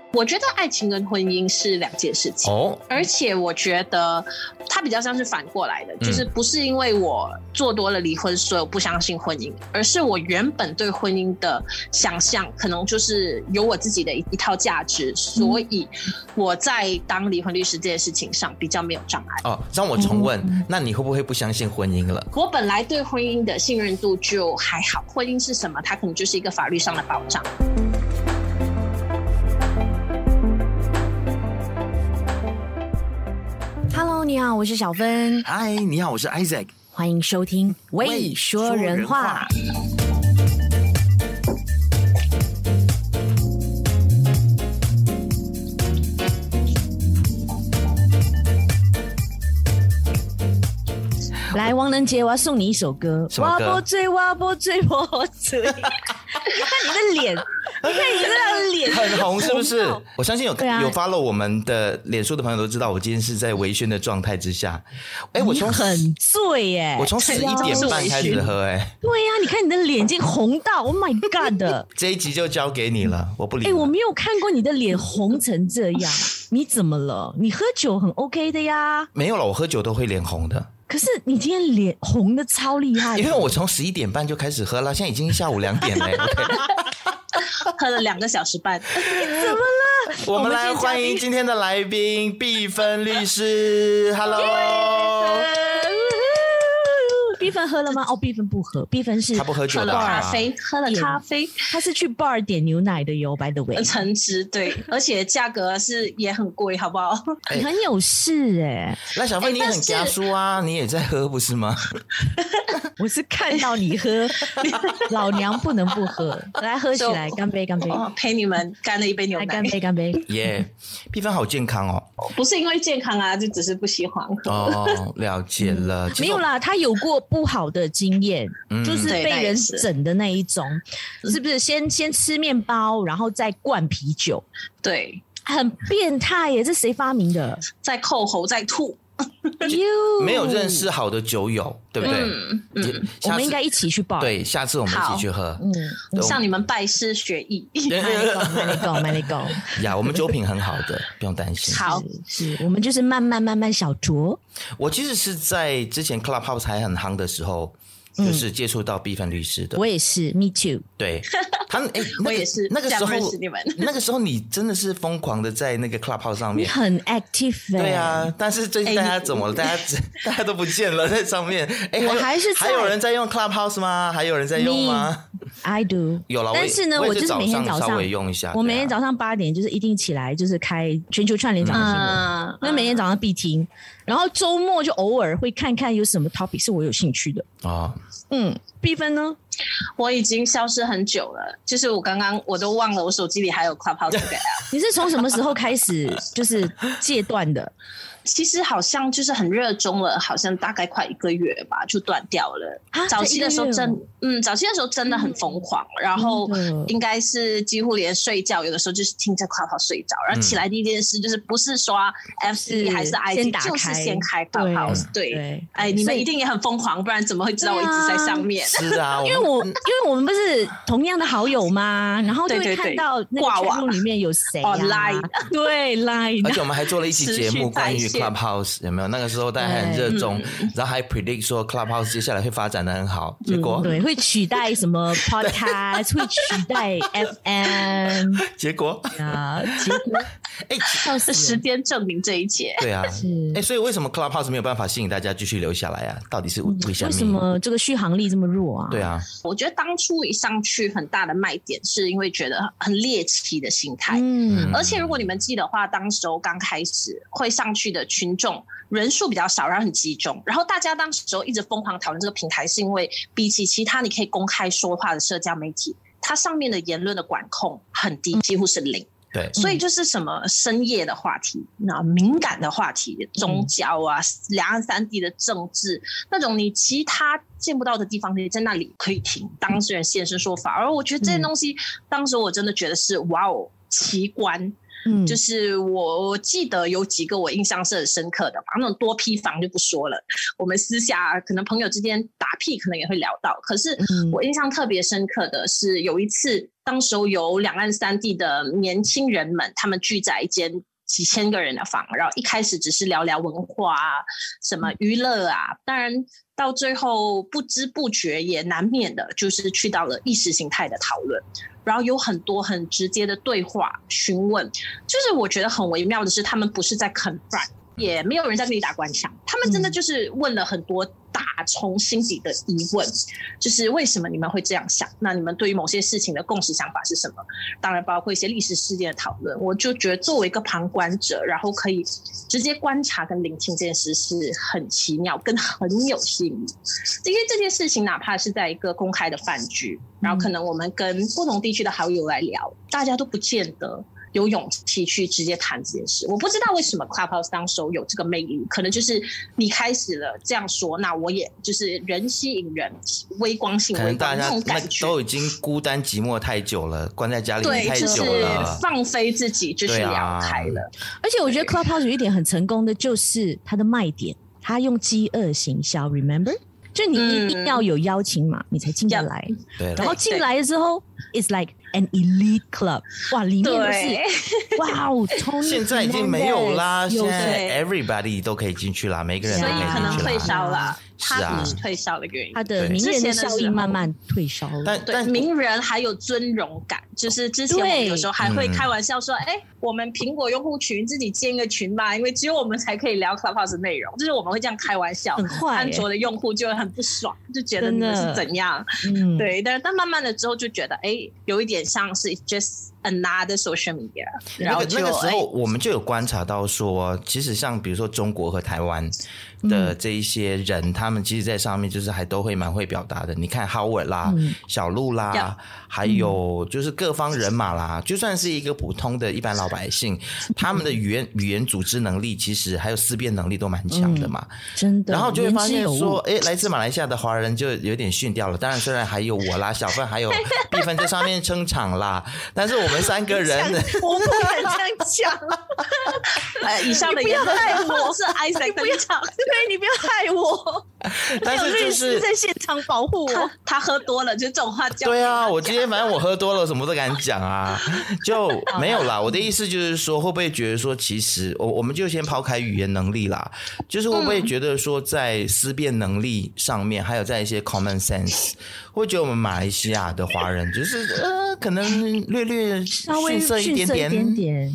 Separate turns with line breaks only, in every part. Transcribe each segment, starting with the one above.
我觉得爱情跟婚姻是两件事情而且我觉得它比较像是反过来的，就是不是因为我做多了离婚所以我不相信婚姻，而是我原本对婚姻的想象可能就是有我自己的一套价值，所以我在当离婚律师这件事情上比较没有障碍。
让我重问，那你会不会不相信婚姻了？
我本来对婚姻的信任度就还好，婚姻是什么？它可能就是一个法律上的保障。
Hello， 你好，我是小芬。
嗨，你好，我是 Isaac。
欢迎收听《喂说人话》。来，王能杰，我要送你一首歌。
什么歌？
挖波追，挖波追，我追。你看你的脸，你看你这个脸
很红，是不是？我相信有 follow 我们的脸书的朋友都知道，我今天是在微醺的状态之下。
我从很醉耶，
我从11点半开始喝对
呀，你看你的脸已经红到 ，Oh my God！
这一集就交给你了，我不理。
我没有看过你的脸红成这样，你怎么了？你喝酒很 OK 的呀？
没有了，我喝酒都会脸红的。
可是你今天脸红的超厉害，
因为我从11点半就开始喝了，现在已经下午2点了。
喝了2个小时半。
怎么了？
我们来欢迎今天的来宾碧芬律师。Hello。
碧芬喝了吗？碧芬不喝，碧芬是
他不喝酒的
喝了咖啡，
他是去 bar 点牛奶的哟 ，by the way。
橙汁对，而且价格也很贵，好不好？
你很有事
那小芬你很家书啊，你也在喝不是吗？
我是看到你喝，老娘不能不喝，来喝起来，干杯，干杯！
陪你们干了一杯牛奶，
干杯，干杯！
耶，碧芬好健康哦。
不是因为健康啊，就只是不喜欢喝。
了解了。
没有啦，他有过不好的经验，就是被人整的那一种，是不是？先吃面包，然后再灌啤酒，
对，
很变态耶！这谁发明的？
再扣喉，再吐。
没有认识好的酒友，对不对？
我们应该一起去 bar。
对，下次我们一起去喝。
向你们拜师学艺。
慢点go。
呀，我们酒品很好的，不用担心。
好，
是我们就是慢慢小酌。
我其实是在之前 Clubhouse 还很夯的时候，就是接触到碧芬律师的。
我也是 ，me too。
对，
我也是。
那个时候，那个时候你真的是疯狂的在那个 Clubhouse 上面，
你很 active。
对啊，但是最近大家怎么了？大家都不见了在上面。
我还是
还有人在用 Clubhouse 吗？还有人在用吗
？I do。
有了，
但是呢，我就是每天早上
稍微用一下。
我每天早上8点就是一定起来，就是开全球串联早上新闻，那每天早上必听。然后周末就偶尔会看看有什么 topic 是我有兴趣的碧芬呢？
我已经消失很久了，就是我都忘了我手机里还有 Clubhouse 这个 app。
你是从什么时候开始就是戒断的？
其实好像就是很热衷了，好像大概快1个月吧，就断掉了。早期的时候早期的时候真的很疯狂，然后应该是几乎连睡觉有的时候就是听着 Clubhouse 睡着，然后起来第一件事就是不是刷 FB 还是 IG， 就是先开 Clubhouse。对，你们一定也很疯狂，不然怎么会知道我一直在上面？
是啊，
因为我们不是同样的好友吗？然后就会看到那个群组里面有谁
Line，
对 Line，
而且我们还做了一期节目关于Clubhouse， 有没有？那个时候大家很热衷，然后还 predict 说 Clubhouse 接下来会发展的很好，结果
对会取代什么 podcast， 会取代 FM，
结果
时间证明这一切。
对啊，所以为什么 Clubhouse 没有办法吸引大家继续留下来啊？到底是为
什么这个续航力这么弱啊？
对啊，
我觉得当初一上去很大的卖点是因为觉得很猎奇的心态，而且如果你们记得的话，当时候刚开始会上去的群众人数比较少，然后很集中，然后大家当时候一直疯狂讨论这个平台，是因为比起其他你可以公开说话的社交媒体，它上面的言论的管控很低，几乎是0。
对，
所以就是什么深夜的话题，敏感的话题，宗教啊，两岸三地的政治，那种你其他见不到的地方，你在那里可以听当事人现身说法。而我觉得这些东西，当时我真的觉得是哇哦奇观。 就是我记得有几个我印象是很深刻的吧，那种多批房就不说了，我们私下可能朋友之间打屁可能也会聊到。可是我印象特别深刻的是有一次，当时有两岸三地的年轻人们，他们聚在一间几千个人的房，然后一开始只是聊聊文化啊，什么娱乐啊，当然到最后不知不觉也难免的就是去到了意识形态的讨论，然后有很多很直接的对话询问，就是我觉得很微妙的是，他们不是在 confront， 也没有人在跟你打官腔，他们真的就是问了很多打从心底的疑问，就是为什么你们会这样想，那你们对于某些事情的共识想法是什么，当然包括一些历史事件的讨论。我就觉得作为一个旁观者，然后可以直接观察跟聆听这件事是很奇妙跟很有吸引力，因为这件事情哪怕是在一个公开的饭局，然后可能我们跟不同地区的好友来聊，大家都不见得有勇气去直接谈这件事。我不知道为什么 Clubhouse 当时有这个魅力，可能就是你开始了这样说，那我也就是人吸引人，微光性微光那种感觉，
都已经孤单寂寞太久了，关在家里面太久了，
对，就是放飞自己，就是聊开了。
而且我觉得 Clubhouse 有一点很成功的就是它的卖点，它用饥饿行销 ，remember？就你一定要有邀请码，你才进得来。
对，
然后进来的时候 ，it's like an elite club， 哇，里面都是哇哦，
现在已经没有啦，现在 everybody 都可以进去啦，每个人都可以进去啦，
所以可能退烧了。
是啊，
他不是退烧的原因，
他的名人的效应慢慢退烧了。
对，名人还有尊荣感，就是之前我们有时候还会开玩笑说，我们苹果用户群自己建一个群吧，因为只有我们才可以聊 Clubhouse 的内容，就是我们会这样开玩笑。
很坏
安卓的用户就会很不爽，就觉得你们是怎样？对，但慢慢的之后就觉得，有一点像是 just another social media。然后
那个时候我们就有观察到说，其实像比如说中国和台湾的这一些人，他们其实在上面就是还都会蛮会表达的。你看 Howard 啦、小鹿啦，还有就是各方人马啦，就算是一个普通的一般老百姓，他们的语言组织能力其实还有思辨能力都蛮强的嘛。
真的。
然后就会发现说，来自马来西亚的华人就有点逊掉了。当然，虽然还有我啦、小芬还有碧芬在上面撑场啦，但是我们三个人，
我不敢这样讲。
以上的言论都是 Isaac 的立场。
对，你不要害我。
但是
律师在现场保护我。
他喝多了，就这种话讲。
对啊，我今天反正我喝多了，什么都敢讲啊，就没有啦。我的意思就是说，会不会觉得说，其实我们就先抛开语言能力啦，就是会不会觉得说，在思辨能力上面，还有在一些 common sense， 会觉得我们马来西亚的华人就是可能略逊色一点点。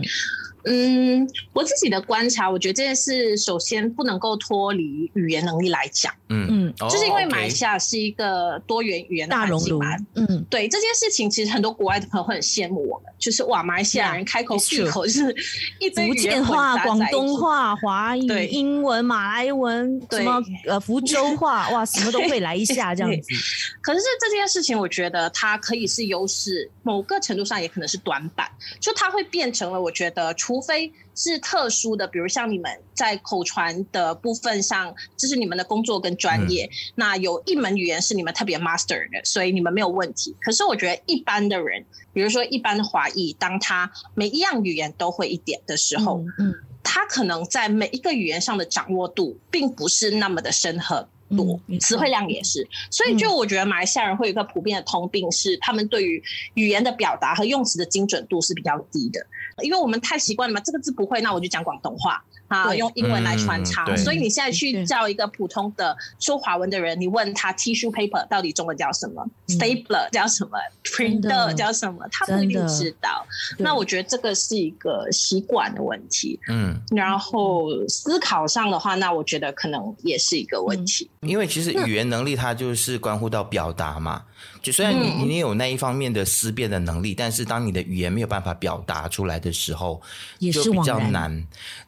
我自己的观察，我觉得这件事首先不能够脱离语言能力来讲，就是因为马来西亚是一个多元语言的环境嘛，对这件事情，其实很多国外的朋友会很羡慕我们，就是哇，马来西亚人开口闭口就是一堆
福建话、广东话、华语、英文、马来文，什么福州话，哇，什么都会来一下这样子。
可是这件事情，我觉得它可以是优势，某个程度上也可能是短板，就它会变成了，我觉得除非是特殊的，比如像你们在口传的部分上，这是你们的工作跟专业，那有一门语言是你们特别 master 的，所以你们没有问题。可是我觉得一般的人，比如说一般的华裔，当他每一样语言都会一点的时候，他可能在每一个语言上的掌握度并不是那么的深刻多，词汇量也是，所以就我觉得马来西亚人会有一个普遍的通病，是他们对于语言的表达和用词的精准度是比较低的，因为我们太习惯了嘛，这个字不会，那我就讲广东话啊，用英文来穿插，所以你现在去叫一个普通的说华文的人，你问他 tissue paper 到底中文叫什么， stapler 叫什么， printer 叫什么，他不一定知道。那我觉得这个是一个习惯的问题，然后思考上的话，那我觉得可能也是一个问题。
因为其实语言能力它就是关乎到表达嘛，就虽然你有那一方面的思辨的能力，但是当你的语言没有办法表达出来的时候，就比较难。而且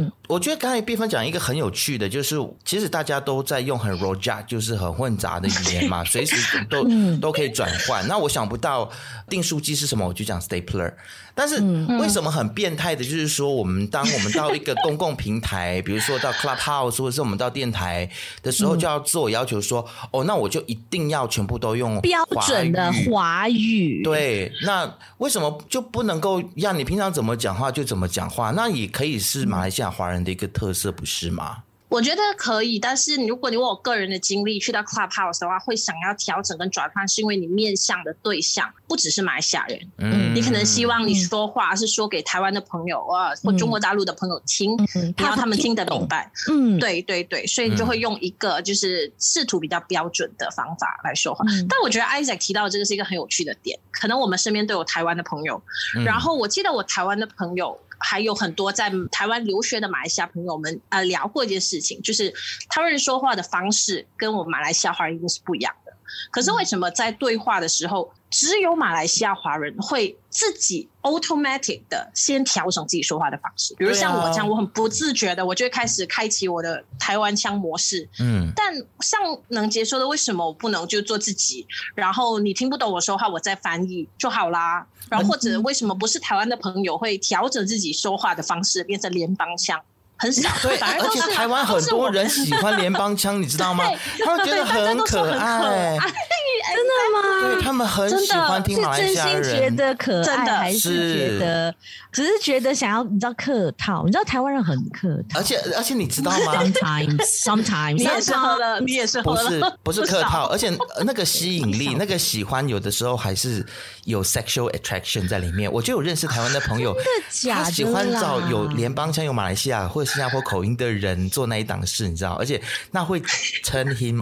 我觉得刚才碧芬讲一个很有趣的，就是其实大家都在用很 rojak， 就是很混杂的语言嘛，随时都可以转换。那我想不到订书机是什么，我就讲 stapler。但是为什么很变态的，就是说当我们到一个公共平台，比如说到 Clubhouse 或者是我们到电台的时候，就要自我要求说，那我就一定要全部都用
标准的华语。
对，那为什么就不能够让你平常怎么讲话就怎么讲话？那也可以是马来西亚华人的一个特色，不是吗？
我觉得可以，但是如果你问我个人的经历，去到 Clubhouse 的话，会想要调整跟转换，是因为你面向的对象不只是马来西亚人，你可能希望你说话是说给台湾的朋友或中国大陆的朋友听，让他们听得明白。对对对，所以就会用一个就是试图比较标准的方法来说话。但我觉得 Isaac 提到这个是一个很有趣的点，可能我们身边都有台湾的朋友，然后我记得我台湾的朋友。还有很多在台湾留学的马来西亚朋友们聊过一件事情，就是台湾人说话的方式跟我们马来西亚华人一定是不一样的。可是为什么在对话的时候，只有马来西亚华人会自己 automatic 的先调整自己说话的方式？比如像我这样，我很不自觉的，我就会开始开启我的台湾腔模式。但像能杰说的，为什么我不能就做自己？然后你听不懂我说话，我再翻译就好啦。然后或者为什么不是台湾的朋友会调整自己说话的方式，变成联邦腔？很少，
对，而且台湾很多人喜欢联邦腔，你知道吗？他们觉得很可爱，
真的吗？
对，他们很喜欢听马来西亚人，
是真心觉得可爱，还是觉得只是觉得想要你知道客套？你知道台湾人很客套，
而且你知道吗
？Sometimes，
你也是喝了，你也是喝了，
不是客套，而且那个吸引力、那个喜欢，有的时候还是有 sexual attraction 在里面。我就有认识台湾的朋友，他喜欢找有联邦腔、有马来西亚或者新加坡口音的人做那一档事，你知道，而且那会 turn him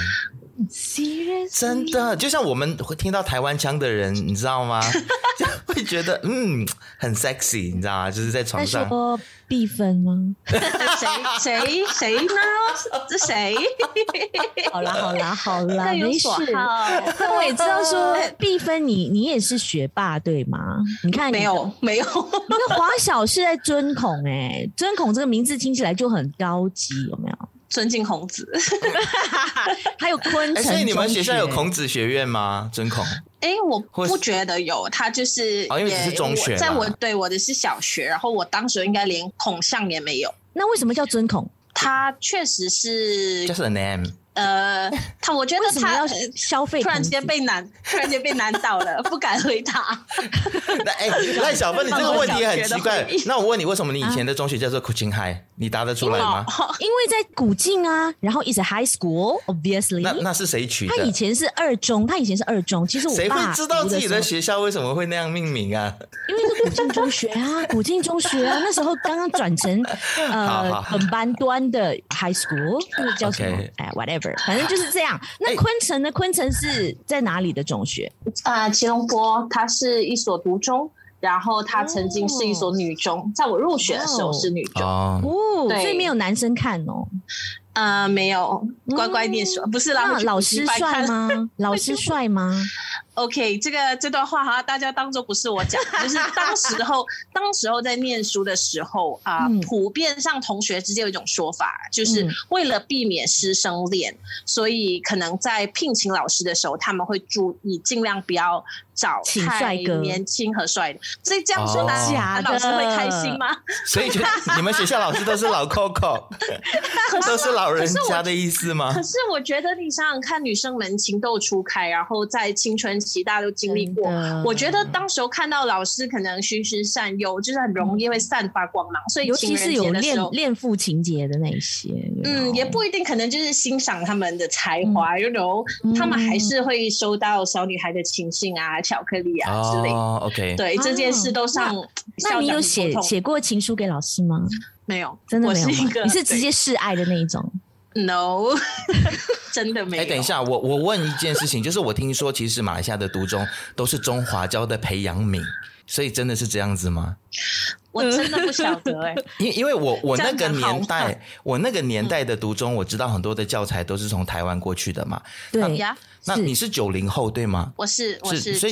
on。Seriously? 真的，就像我们会听到台湾腔的人，你知道吗？就会觉得很 sexy， 你知道吗？就是在床上。
在说碧芬吗？
谁呢？这谁？
好啦，没事。但我也知道说碧芬，你也是学霸对吗？你看
没有，
那华小是在尊孔尊孔这个名字听起来就很高级，有没有？
尊敬孔子，
还有昆城。
所以你们学校有孔子学院吗？尊孔？
我不觉得有，他就是
因为只是中学，
在我的是小学，然后我当时应该连孔像也没有。
那为什么叫尊孔？
他确实是
just a name。
我觉得他
要消费，
突然间被难倒了，不敢回答。
赖小芬，你这个问题也很奇怪。那我问你，为什么你以前的中学叫做 Kuching High？ 你答得出来吗？
因为在古晋啊，然后 is a high school obviously。
那是谁取的？
他以前是二中。其实我
谁会知道自己的学校为什么会那样命名啊？
因为是古晋中学啊，那时候刚刚转成本班端的 high school， 那个叫什么？whatever。反正就是这样。那昆城呢？昆城是在哪里的中学？
吉隆坡，它是一所独中，然后它曾经是一所女中，在我入学的时候是女中。
所以没有男生看哦。
没有，乖乖念书，不是啦。
老师帅吗？老师帅吗
？OK， 这段话哈，大家当作不是我讲，就是当时候在念书的时候普遍上同学之间有一种说法，就是为了避免师生恋，所以可能在聘请老师的时候，他们会注意尽量不要找太年轻和帅的。所以这样说，男老师会开心吗？
所以你们学校老师都是老 Coco， 都是老人家的意思吗？
可是我觉得你想想看，女生们情窦初开，然后在青春期大家都经历过，我觉得当时候看到老师可能循循善诱，就是很容易会散发光芒，所以
尤其是有恋父情节的那些，
也不一定，可能就是欣赏他们的才华他们还是会收到小女孩的情信啊、巧克力啊之类的。
OK，
对，这件事都上。
那你有写过情书给老师吗？
没有，
真的没有。
你
是直接示爱的那一种
？No， 真的没有。
等一下，我问一件事情，就是我听说其实马来西亚的独中都是中华教的培养皿，所以真的是这样子吗？
我真的不晓得
因为我那个年代的读中，我知道很多的教材都是从台湾过去的嘛。
对呀。
那你是90后对吗？
我是
所以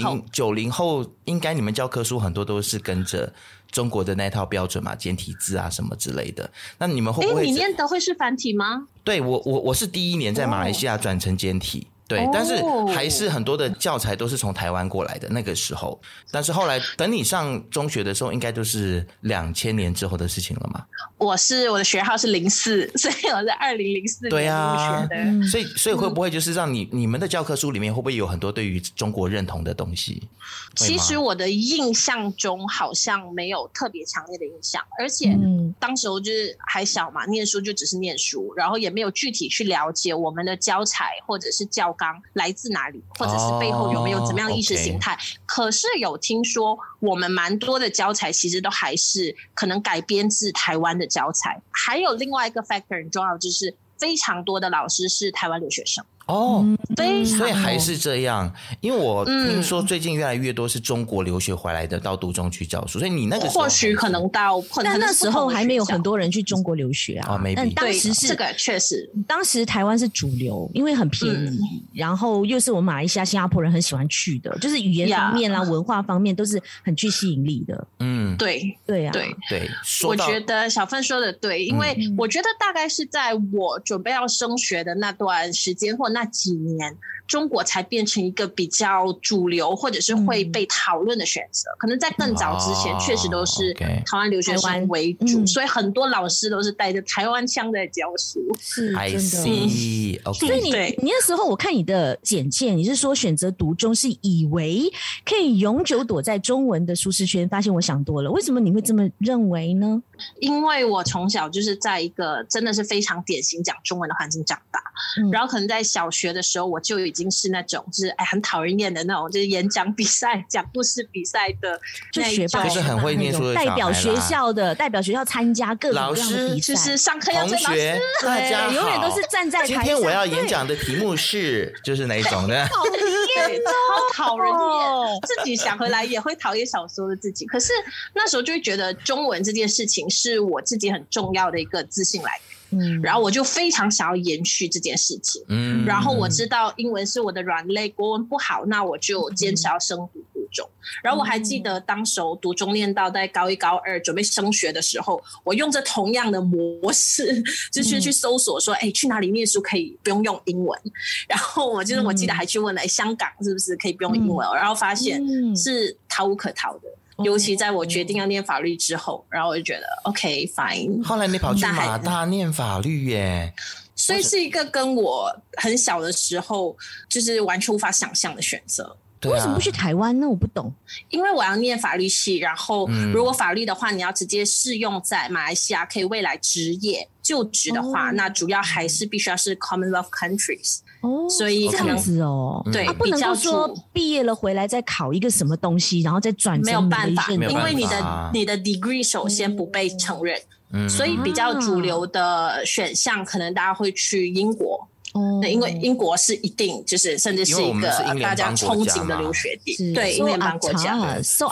90后应该你们教科书很多都是跟着中国的那套标准嘛，简体字啊什么之类的。那你们会不会？
你念的会是繁体吗？
对，我是第1年在马来西亚转成简体。对，但是还是很多的教材都是从台湾过来的那个时候，但是后来等你上中学的时候，应该都是2000年之后的事情了嘛。
我的学号是04，所以我在2004年入学的。
所以会不会就是让你们的教科书里面会不会有很多对于中国认同的东西？
其实我的印象中好像没有特别强烈的印象，而且当时候就是还小嘛，念书就只是念书，然后也没有具体去了解我们的教材或者是教纲来自哪里，或者是背后有没有怎么样意识形态。可是有听说我们蛮多的教材其实都还是可能改编自台湾的教材。还有另外一个 factor 很重要，就是非常多的老师是台湾留学生。
所以还是这样，因为我听说最近越来越多是中国留学回来的到读中去教书，所以你那个时候
或许可能到，
但那时候还没有很多人去中国留学啊。但当时是
这个确实，
当时台湾是主流，因为很便宜，然后又是我们马来西亚、新加坡人很喜欢去的，就是语言方面啦、文化方面都是很具吸引力的。对啊，
对，
我觉得小芬说的对，因为我觉得大概是在我准备要升学的那段时间或那几年，中国才变成一个比较主流或者是会被讨论的选择。可能在更早之前确实都是台湾留学生为主，所以很多老师都是带着台湾腔在教书。
是真的。
所以
你那时候我看你的简介，你是说选择读中是以为可以永久躲在中文的舒适圈，发现我想多了。为什么你会这么认为呢？
因为我从小就是在一个真的是非常典型讲中文的环境长大，然后可能在小学的时候我就已经是那种就是很讨人厌的那种，就是演讲比赛、讲故事比赛的那一种，
就是很会念书的
代表学校参加各种各样的比赛，
就是上课要追老师，
大家好，
永远都是站在台上。
今天我要演讲的题目是，就是哪一种的？
讨厌，
超讨人厌，自己想回来也会讨厌小时候的自己。可是那时候就会觉得中文这件事情是我自己很重要的一个自信来源，然后我就非常想要延续这件事情。然后我知道英文是我的软肋，国文不好，那我就坚持要升读中。然后我还记得当时读中念到在高1、高2准备升学的时候，我用这同样的模式，就是去搜索说，去哪里念书可以不用用英文。然后我记得还去问了，香港是不是可以不用英文？然后发现是逃无可逃的。尤其在我决定要念法律之后，然后我就觉得 OK fine。
后来你跑去马大念法律耶，
所以是一个跟我很小的时候就是完全无法想象的选择。
为什么不去台湾呢？我不懂。
因为我要念法律系，然后如果法律的话，你要直接适用在马来西亚，可以未来职业就职的话，那主要还是必须要是 Commonwealth countries。所以
这样子
对，
不能够说毕业了回来再考一个什么东西，然后再转成
没有办法，因为你的 degree 首先不被承认，所以比较主流的选项可能大家会去英国。因为英国是一定就是甚至是一个大家憧憬的留学地，对，英联邦国家。
所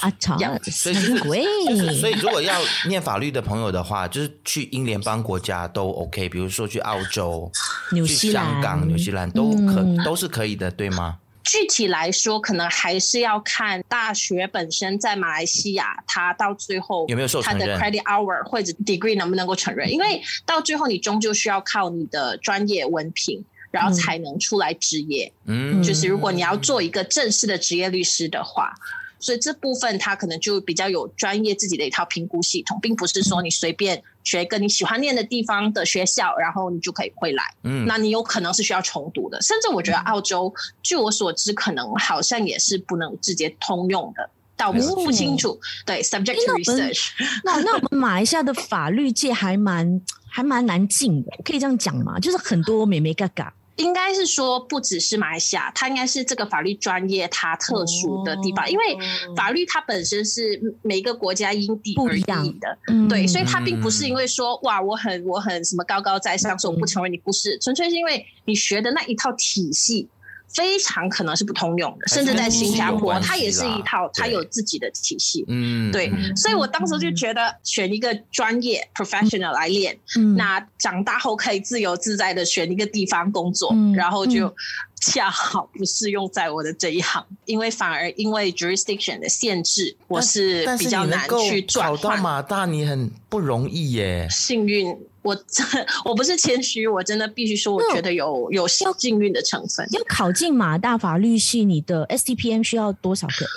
以如果要念法律的朋友的话，就是去英联邦国家都 OK， 比如说去澳洲、去香港、纽西兰都是可以的，对吗？
具体来说，可能还是要看大学本身在马来西亚，它到最后
有没有受承认，
它的 credit hour 或者 degree 能不能够承认？因为到最后你终究需要靠你的专业文凭，然后才能出来职业。就是如果你要做一个正式的职业律师的话，所以这部分它可能就比较有专业自己的一套评估系统，并不是说你随便学一个你喜欢念的地方的学校，然后你就可以回来。那你有可能是需要重读的，甚至我觉得澳洲，据我所知，可能好像也是不能直接通用的。但我不清楚，对 subject to research。
那我们马来西亚的法律界还蛮难进的，可以这样讲吗？就是很多妹妹嘎嘎。
应该是说不只是马来西亚，它应该是这个法律专业它特殊的地方，因为法律它本身是每个国家因地而异的，对，所以它并不是因为说哇我很什么高高在上，说我不承认你，不是，纯粹是因为你学的那一套体系非常可能是不通用的，甚至在新加坡它也是一套，它有自己的体系。对，所以我当时就觉得选一个专业 professional 来练，那长大后可以自由自在的选一个地方工作，然后就恰好不适用在我的这一行，因为反而因为 jurisdiction 的限制，我是比较难去转换。
考到马大你很不容易耶，
幸运。我不是谦虚，我真的必须说，我觉得有幸运的成分。
要考进马大法律系，你的 STPM 需要多少个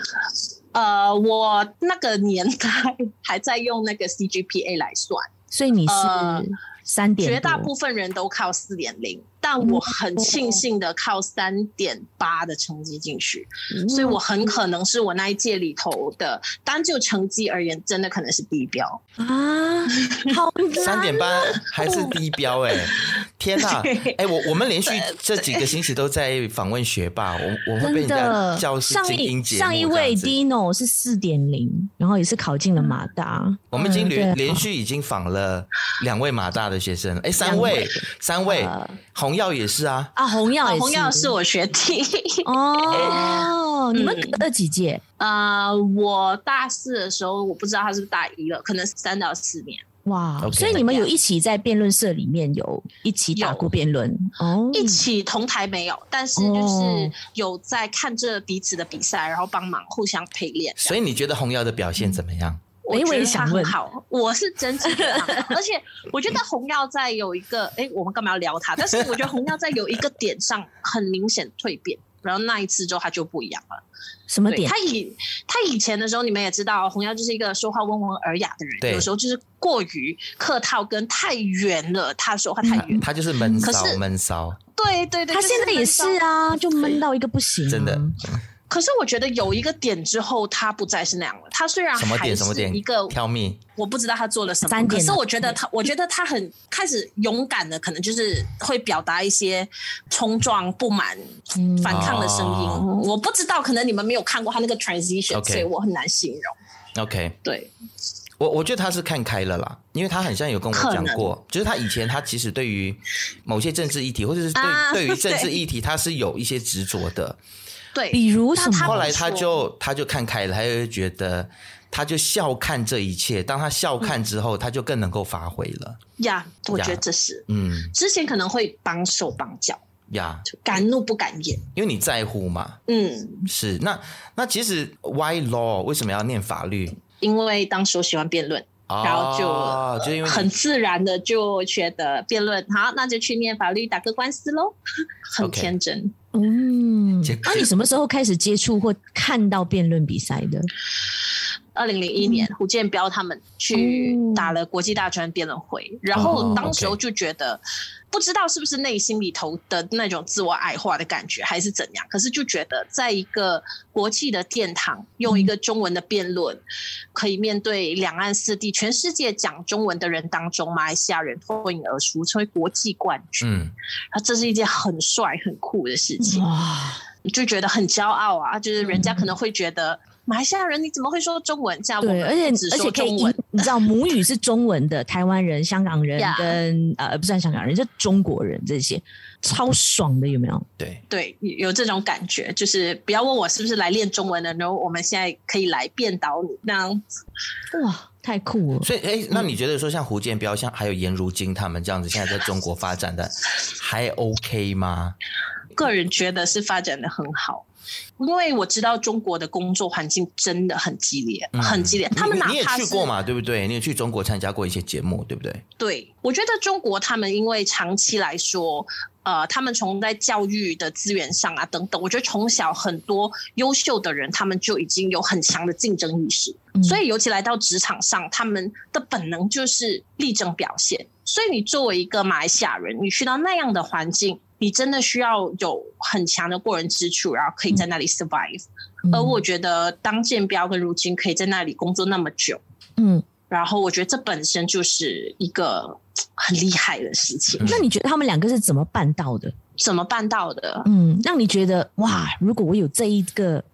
A？
我那个年代还在用那个 CGPA 来算，
所以你是3点多，
绝大部分人都靠 4.0， 但我很庆幸的靠 3.8 的成绩进去，所以我很可能是我那一届里头的，单就成绩而言，真的可能是低标
啊，好
3.8还是低标天哪！我们连续这几个星期都在访问学霸，我会被人家叫是精英节目。
上一位 Dino 是 4.0， 然后也是考进了马大。
我们已经连续已经访了2位马大的学生，3位，洪耀也是啊，
洪耀也是，
洪耀是我学弟
哦。你们隔了几届？
我大4的时候，我不知道他是不是大1了，可能是3到4年。
哇，所以你们有一起在辩论社里面有一起打过辩论
一起同台没有，但是就是有在看着彼此的比赛，然后帮忙互相陪练。
所以你觉得洪耀的表现怎么样？
我觉得他很好，我是真心觉得他很好，而且我觉得洪耀在有一个，我们干嘛要聊他？但是我觉得洪耀在有一个点上很明显蜕变，然后那一次之后他就不一样了。
什么点？
他以前的时候，你们也知道，洪耀就是一个说话温文尔雅的人，有时候就是过于客套跟太圆了，他说话太圆，
他就是闷骚。
对，
他现在也是啊，就闷到一个不行，
真的。
可是我觉得有一个点之后，他不再是那样了。他虽然还是一个
挑密，
我不知道他做了什么，可是我觉得他很开始勇敢的，可能就是会表达一些冲撞、不满、反抗的声音。我不知道，可能你们没有看过他那个 transition，所以我很难形容。
OK，
对。
我觉得他是看开了啦，因为他很像有跟我讲过，就是他以前他其实对于某些政治议题，或者是对于政治议题，他是有一些执着的。
对，
比如什么？
后来他就看开了，他就觉得他就笑看这一切。当他笑看之后，他就更能够发挥了。
我觉得这是之前可能会绑手绑脚敢怒不敢言，
因为你在乎嘛。是那其实 why law 为什么要念法律？
因为当时我喜欢辩论。然后就很自然的就觉得辩论好，那就去念法律打个官司咯，很天真。
那你什么时候开始接触或看到辩论比赛的
？2001年胡建标他们去打了国际大专辩论会，然后当时就觉得不知道是不是内心里头的那种自我矮化的感觉还是怎样，可是就觉得在一个国际的殿堂用一个中文的辩论，可以面对两岸四地全世界讲中文的人当中，马来西亚人脱颖而出成为国际冠军，这是一件很帅很酷的事情，就觉得很骄傲啊，就是人家可能会觉得马来西亚人你怎么会说中文？这样我们只说中文，
你知道母语是中文的台湾人、香港人跟不算香港人，就中国人，这些超爽的，有没有？
对，
有这种感觉，就是不要问我是不是来练中文的，然后我们现在可以来辩导你那样子，
哇，太酷了！
所以那你觉得说像胡建标、像还有颜如晶他们这样子，现在在中国发展的还 OK 吗？
个人觉得是发展的很好。因为我知道中国的工作环境真的很激烈，很激烈。他们哪怕
你也去过嘛，对不对？你也去中国参加过一些节目，对不对？
对，我觉得中国他们因为长期来说，他们从在教育的资源上啊等等，我觉得从小很多优秀的人，他们就已经有很强的竞争意识，所以尤其来到职场上，他们的本能就是力争表现。所以你作为一个马来西亚人，你去到那样的环境，你真的需要有很强的过人之处，然后可以在那里 survive。而我觉得当建标跟如今可以在那里工作那么久，然后我觉得这本身就是一个很厉害的事情。
那你觉得他们两个是怎么办到的？
怎么办到的？
让你觉得哇，如果我有这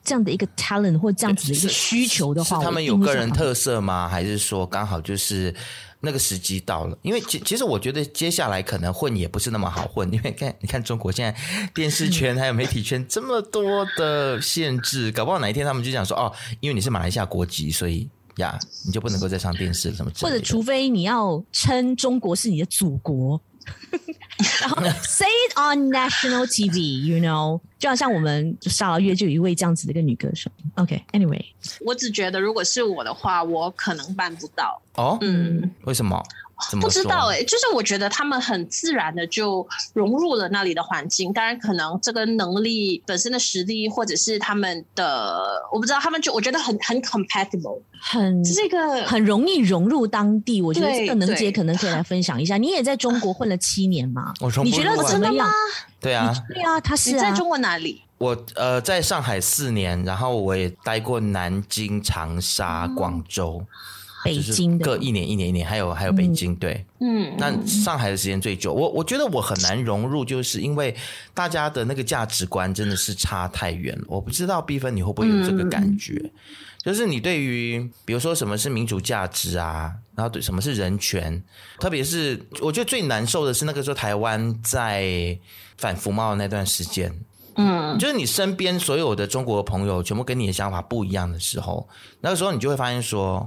这样的一个 talent 或这样子的一个需求的话，
是他们有个人特色吗？还是说刚好就是那个时机到了？因为其实我觉得接下来可能混也不是那么好混，因为你看中国现在电视圈还有媒体圈这么多的限制，搞不好哪一天他们就讲说因为你是马来西亚国籍，所以你就不能够再上电视什么之类的，
或者除非你要称中国是你的祖国。然后 say it on national TV, you know， 就好像我们沙劳越就有一位这样子的一个女歌手。OK，anyway，
我只觉得如果是我的话，我可能办不到。
为什么？
不知道就是我觉得他们很自然的就融入了那里的环境，当然可能这个能力本身的实力，或者是他们的我不知道，他们我觉得很 compatible， 这个
很容易融入当地。我觉得这个能姐可能可以来分享一下。你也在中国混了7年吗？你觉得怎么样？
对啊，
他是
你在中国哪里？
我在上海4年，然后我也待过南京、长沙、广州。
北京的
各一年，还有北京，对，那上海的时间最久。我觉得我很难融入，就是因为大家的那个价值观真的是差太远了。我不知道碧芬你会不会有这个感觉，就是你对于比如说什么是民主价值啊，然后对什么是人权，特别是我觉得最难受的是那个时候台湾在反服贸的那段时间。就是你身边所有的中国朋友全部跟你的想法不一样的时候，那个时候你就会发现说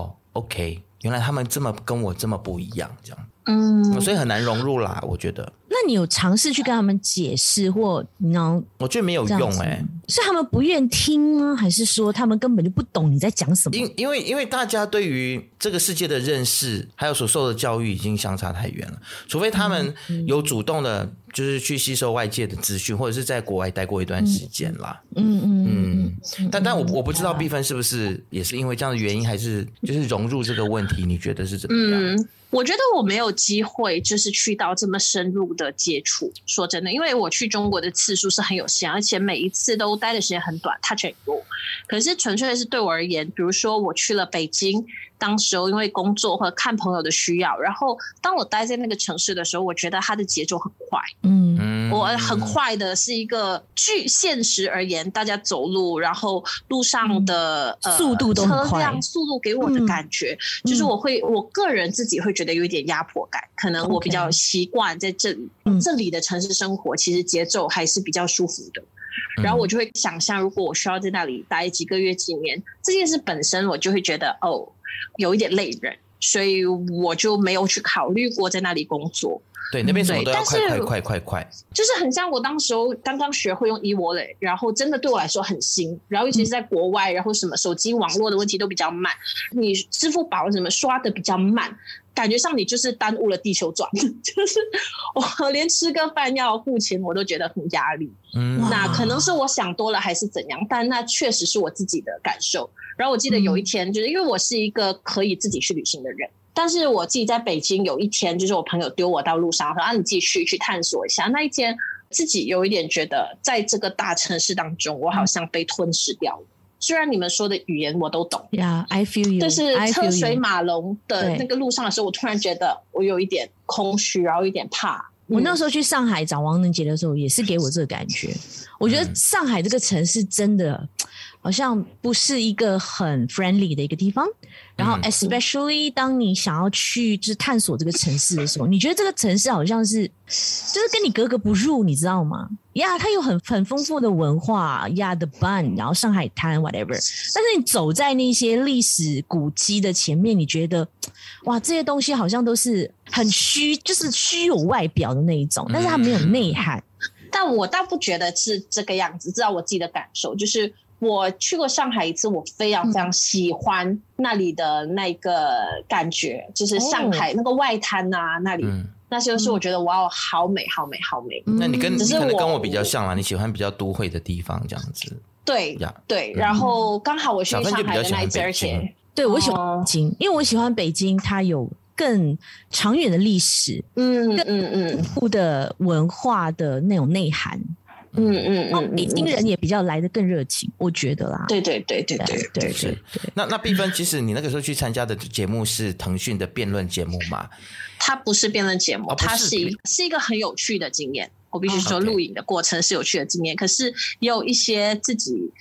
OK， 原来他们跟我这么不一样，这样，所以很难融入啦，我觉得。
那你有尝试去跟他们解释或
我觉得没有用
是他们不愿听吗？还是说他们根本就不懂你在讲什么？
因为大家对于这个世界的认识还有所受的教育已经相差太远了，除非他们有主动的就是去吸收外界的资讯，或者是在国外待过一段时间啦。但我不知道碧芬是不是也是因为这样的原因，还是就是融入这个问题，你觉得是怎么样？
我觉得我没有机会就是去到这么深入的接触，说真的，因为我去中国的次数是很有限，而且每一次都待的时间很短 touch and go。 可是纯粹是对我而言，比如说我去了北京，当时因为工作或者看朋友的需要，然后当我待在那个城市的时候，我觉得它的节奏很快。我很快的是一个据现实而言，大家走路然后路上的
速度都很快，
车辆速度给我的感觉就是我个人自己会觉得有一点压迫感，可能我比较习惯在这里的城市生活，其实节奏还是比较舒服的。然后我就会想象，如果我需要在那里待几个月几年，这件事本身我就会觉得有一点累人，所以我就没有去考虑过在那里工作。
对，那边什么都要快，
就是很像我当时候刚刚学会用 e-wallet， 然后真的对我来说很新，然后尤其是在国外，然后什么手机网络的问题都比较慢，你支付宝什么刷的比较慢，感觉上你就是耽误了地球转，就是我连吃个饭要付钱我都觉得很压力。那可能是我想多了还是怎样，但那确实是我自己的感受。然后我记得有一天，就是因为我是一个可以自己去旅行的人，但是我自己在北京有一天，就是我朋友丢我到路上说你自己去探索一下。那一天自己有一点觉得在这个大城市当中我好像被吞噬掉了。虽然你们说的语言我都懂
I feel you，
但是车水马龙的那个路上的时候，我突然觉得我有一点空虚，然后有一点怕。
我那时候去上海找王能杰的时候也是给我这个感觉。我觉得上海这个城市真的好像不是一个很 friendly 的一个地方，然后 especially 当你想要去就是探索这个城市的时候，你觉得这个城市好像是就是跟你格格不入，你知道吗？它有很丰富的文化the Bund， 然后上海滩 whatever， 但是你走在那些历史古迹的前面，你觉得哇，这些东西好像都是很虚，就是虚有外表的那一种，但是它没有内涵。
但我倒不觉得是这个样子，知道我自己的感受，就是我去过上海一次，我非常非常喜欢那里的那个感觉，就是上海那个外滩啊，那里那些是我觉得哇，好美好美好美。
那你可能跟我比较像啦，你喜欢比较都会的地方这样子。
对对，然后刚好我去上海的那一次，而且
对我喜欢北京，因为我喜欢北京，它有更长远的历史，更丰富的文化的那种内涵。北京人也比较来得更热情，我觉得啦。
对。
那碧芬，其实你那个时候去参加的节目是腾讯的辩论节目吗？
它不是辩论节目，它是一个很有趣的经验。我必须说，录影的过程是有趣的经验，可是也有一些自己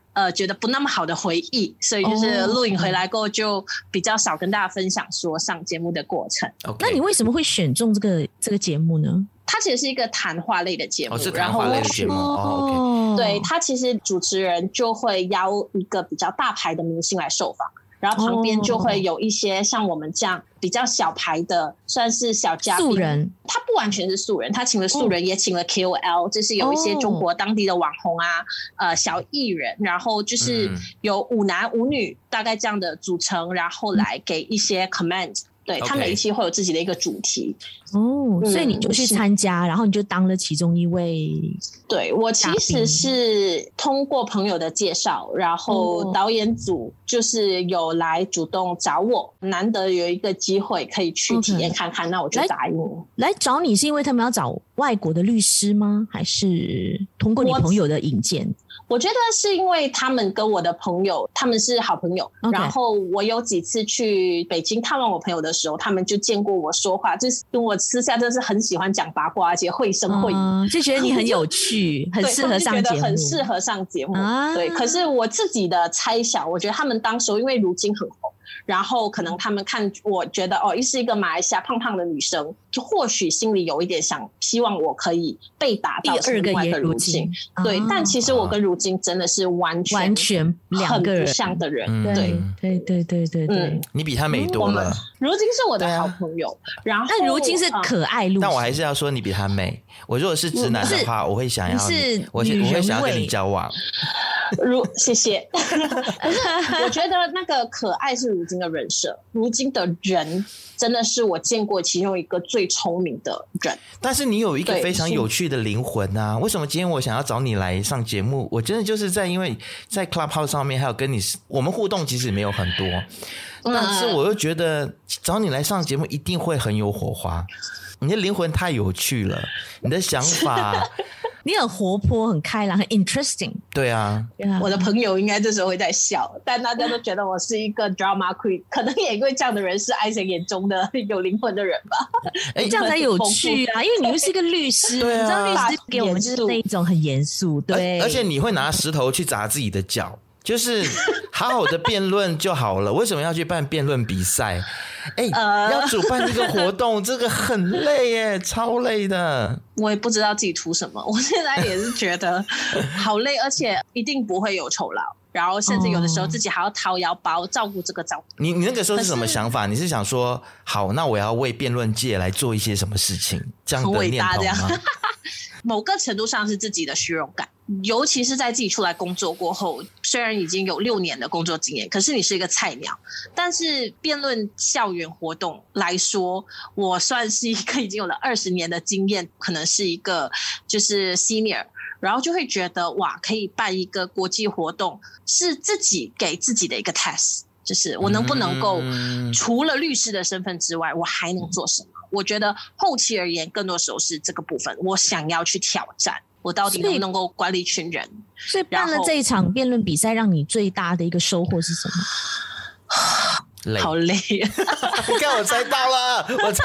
觉得不那么好的回忆，所以就是录影回来过后就比较少跟大家分享说上节目的过程。
那你为什么会选中这个节目呢？
它其实是一个谈话类的节目，
是谈话类的节目。
OK， 对，它其实主持人就会邀一个比较大牌的明星来受访，然后旁边就会有一些像我们这样比较小牌的，算是小嘉宾。
素人，
他不完全是素人，他请了素人，也请了 KOL， 就是有一些中国当地的网红啊，小艺人，然后就是有5男5女大概这样的组成，然后来给一些 comment。对，他每一期会有自己的一个主题
所以你就去参加，然后你就当了其中一位。
对，我其实是通过朋友的介绍，然后导演组就是有来主动找我，难得有一个机会可以去体验看看，那我就答应了。
来找你是因为他们要找外国的律师吗？还是通过你朋友的引荐？
我觉得是因为他们跟我的朋友，他们是好朋友，然后我有几次去北京探望我朋友的时候，他们就见过我说话，就是跟我私下真是很喜欢讲八卦，而且绘声绘影，
就觉得你很有趣，很适合上节目，
觉得很适合上节目。对，可是我自己的猜想，我觉得他们当时因为如今很红，然后可能他们看我觉得是一个马来西亚胖胖的女生，就或许心里有一点希望我可以被打造成另外一个如今。对，但其实我跟如今真的是完全两个人很不像的人。
对，
你比她美多了。
如今是我的好朋友，然后
但如今是可爱路线，
但我还是要说你比她美。我如果是直男的话，我会想要我会想要跟你交往。
谢谢。可是我觉得那个可爱是如今的人设，如今的人真的是我见过其中一个最聪明的人。
但是你有一个非常有趣的灵魂啊！为什么今天我想要找你来上节目？我真的就是因为在 Clubhouse 上面还有跟你我们互动其实没有很多，但是我又觉得找你来上节目一定会很有火花。你的灵魂太有趣了，你的想法
你很活泼很开朗很 interesting。
对啊，
我的朋友应该这时候会在笑，但大家都觉得我是一个 drama queen， 可能也因为这样的人是爱神眼中的有灵魂的人吧。
这样才有趣啊，因为你又是一个律师你知道律师给我们就是那一种很严肃。对，
而且你会拿石头去砸自己的脚，就是好好的辩论就好了，为什么要去办辩论比赛？要主办这个活动这个很累耶，超累的。
我也不知道自己图什么，我现在也是觉得好累，而且一定不会有酬劳，然后甚至有的时候自己还要掏腰包照顾这个照顾。
你那个时候是什么想法？你是想说好，那我要为辩论界来做一些什么事情，这样的念头吗？
某个程度上是自己的虚荣感，尤其是在自己出来工作过后，虽然已经有6年的工作经验，可是你是一个菜鸟。但是辩论校园活动来说，我算是一个已经有了20年的经验，可能是一个就是 senior， 然后就会觉得哇，可以办一个国际活动，是自己给自己的一个 test， 就是我能不能够除了律师的身份之外，我还能做什么？我觉得后期而言，更多时候是这个部分，我想要去挑战，我到底能不能够管理群人。
所以办了这一场辩论比赛，让你最大的一个收获是什么？
好累
你看我猜到了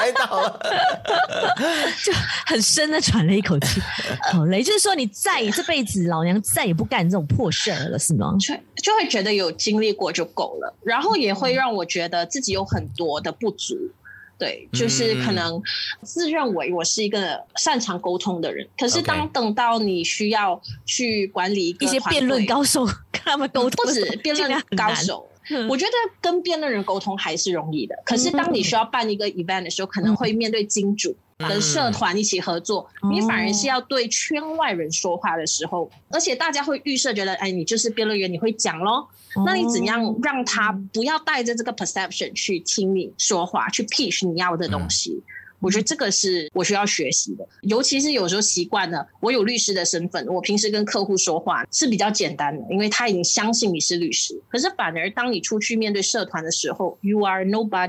就很深的喘了一口气。好累，就是说你这辈子老娘再也不干这种破事了，是吗？
就会觉得有经历过就够了，然后也会让我觉得自己有很多的不足。对，就是可能自认为我是一个擅长沟通的人，可是等到你需要去管理一
些辩论高手，跟他们沟通，
不止辩论高手，我觉得跟辩论人沟通还是容易的，可是当你需要办一个 event 的时候，可能会面对金主跟社团一起合作，你反而是要对圈外人说话的时候，而且大家会预设觉得你就是辩论员，你会讲咯，那你怎样让他不要带着这个 perception 去听你说话，去 pitch 你要的东西？我觉得这个是我需要学习的，尤其是有时候习惯了，我有律师的身份，我平时跟客户说话是比较简单的，因为他已经相信你是律师。可是反而当你出去面对社团的时候 ，you are nobody。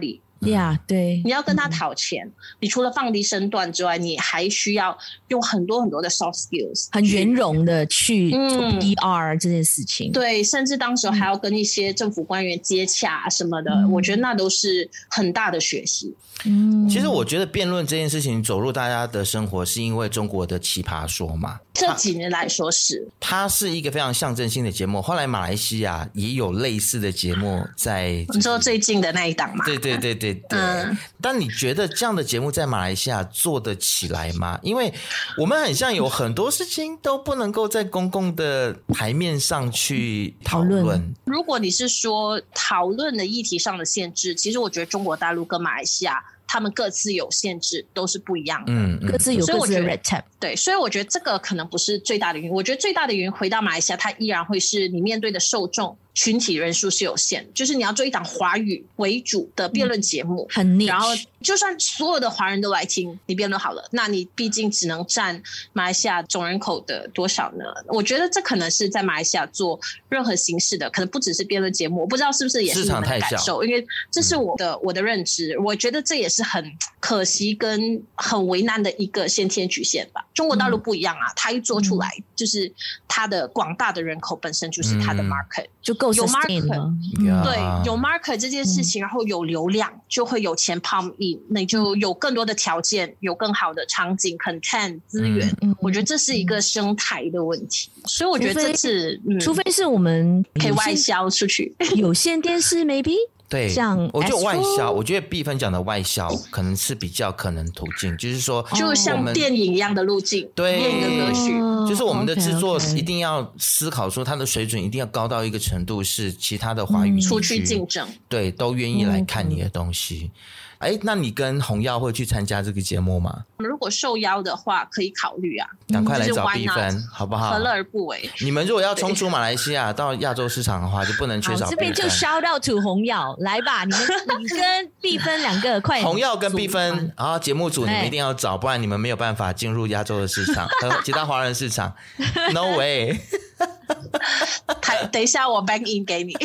呀，对，
你要跟他讨钱，你除了放低身段之外，你还需要用很多很多的 soft skills，
很圆融的去做 PR 这件事情。
对，甚至当时还要跟一些政府官员接洽什么的，我觉得那都是很大的学习。
其实我觉得辩论这件事情走入大家的生活，是因为中国的奇葩说嘛。
这几年来说是，
它是一个非常象征性的节目。后来马来西亚也有类似的节目在，
你说最近的那一档嘛？
对。但你觉得这样的节目在马来西亚做得起来吗？因为我们很像有很多事情都不能够在公共的台面上去讨论。
如果你是说讨论的议题上的限制，其实我觉得中国大陆跟马来西亚他们各自有限制，都是不一样的。
各自有各自的 red tape。
对，所以我觉得这个可能不是最大的原因。我觉得最大的原因回到马来西亚，它依然会是你面对的受众群体人数是有限，就是你要做一档华语为主的辩论节目，
很 niche，
然后就算所有的华人都来听你辩论好了，那你毕竟只能占马来西亚总人口的多少呢？我觉得这可能是在马来西亚做任何形式的，可能不只是辩论节目，我不知道是不是也是你们的感受，因为这是我的认知，我觉得这也是很可惜跟很为难的一个先天局限吧。中国大陆不一样啊，它一做出来就是它的广大的人口本身就是它的 market，
就够
有 market， 对，有 market 这件事情，然后有流量就会有钱 pump in， 那就有更多的条件，有更好的场景 content 资源，我觉得这是一个生态的问题，所以我觉得这次
除非是我们
可以外销出去，
有线电视 maybe。
对，
像
我觉得外销，我觉得碧芬讲的外销可能是比较可能途径，就是说，
就像电影一样的路径，
对，
电影的歌曲，
就是我们的制作一定要思考说，它的水准一定要高到一个程度，是其他的华语
出去竞争，
对，都愿意来看你的东西。那你跟洪耀会去参加这个节目吗？
如果受邀的话，可以考虑啊。
赶快来找碧芬，好不好？
何乐而不为？
你们如果要冲出马来西亚到亚洲市场的话，就不能缺少碧芬。
这边就 shout out to 洪耀，来吧，你跟碧芬两个快点。
洪耀跟碧芬，然后节目组你们一定要找，不然你们没有办法进入亚洲的市场和其他华人市场。No way。
等一下我 bank in 给你。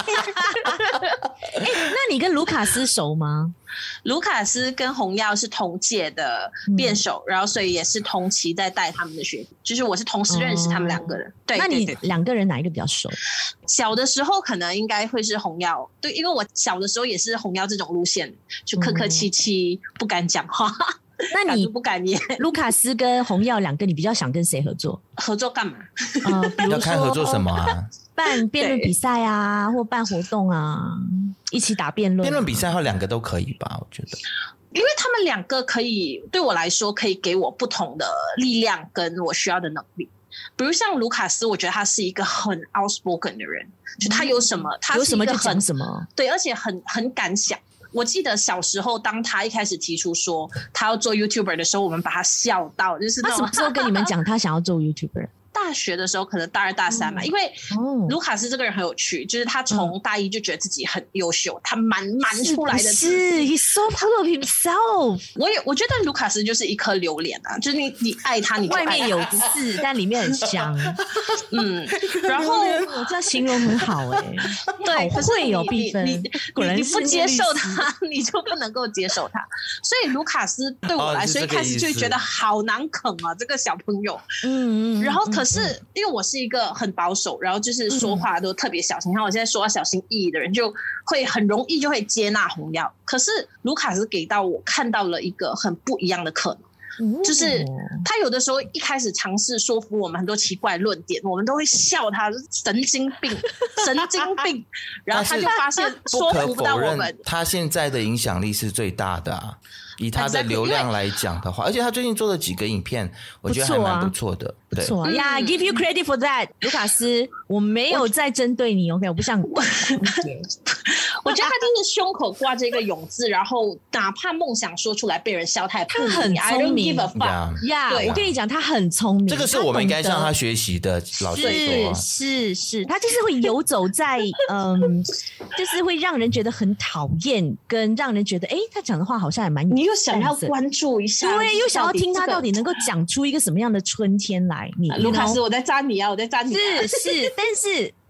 那你跟卢卡斯熟吗？
卢卡斯跟洪耀是同届的辩手，然后所以也是同期在带他们的学弟，就是我是同时认识他们两个人。对，
那你两个人哪一个比较熟？
小的时候可能应该会是洪耀，对，因为我小的时候也是洪耀这种路线，就客客气气，不敢讲话。
那你
不敢言。
卢卡斯跟洪耀两个，你比较想跟谁合作？
合作干嘛？
比如说
要看合作什么啊？
办辩论比赛啊，或办活动啊，一起打辩论。
辩论比赛后两个都可以吧？我觉得，
因为他们两个可以对我来说可以给我不同的力量跟我需要的能力。比如像卢卡斯，我觉得他是一个很 outspoken 的人，就他有什么，他是一个
有什么就讲什么，
对，而且很敢想。我记得小时候，当他一开始提出说他要做 YouTuber 的时候，我们把他笑到，就是那种。
他什么时候跟你们讲他想要做 YouTuber？
大学的时候，可能大二大三嘛，因为卢卡斯这个人很有趣，就是他从大一就觉得自己很优秀，他蛮出来的
是 he's so proud of himself。
我觉得卢卡斯就是一颗榴莲啊，就是你爱他，你就爱他，
外面有刺，但里面很香。
然后
我这样形容很好
对，
可是
你不接受他，你就不能够接受他。所以卢卡斯对我来说，一开始就觉得好难啃啊，这个小朋友。然后可是因为我是一个很保守，然后就是说话都特别小心，你看我现在说话小心翼翼的人，就会很容易就会接纳洪耀。可是卢卡斯给到我看到了一个很不一样的可能，就是他有的时候一开始尝试说服我们很多奇怪论点，我们都会笑他神经病，然后他就发现说服不到我们。
他现在的影响力是最大的啊。以他的流量来讲的话，而且他最近做了几个影片，我觉得还蛮不错的。
不错呀，give you credit for that， 卢卡斯，我没有在针对你 ，OK， 我不像你。
我觉得他就是胸口挂着一个勇字，然后哪怕梦想说出来被人笑，他也不
很聪明。
对，
我跟你讲，他很聪明。
这个是我们应该向他学习的，老实说。
是，他就是会游走在就是会让人觉得很讨厌，跟让人觉得他讲的话好像也蛮有。
你又想要关注一下，
对，又想要听他到底能够讲出一个什么样的春天来。
卢卡斯，我在扎你啊，我在扎你。
是，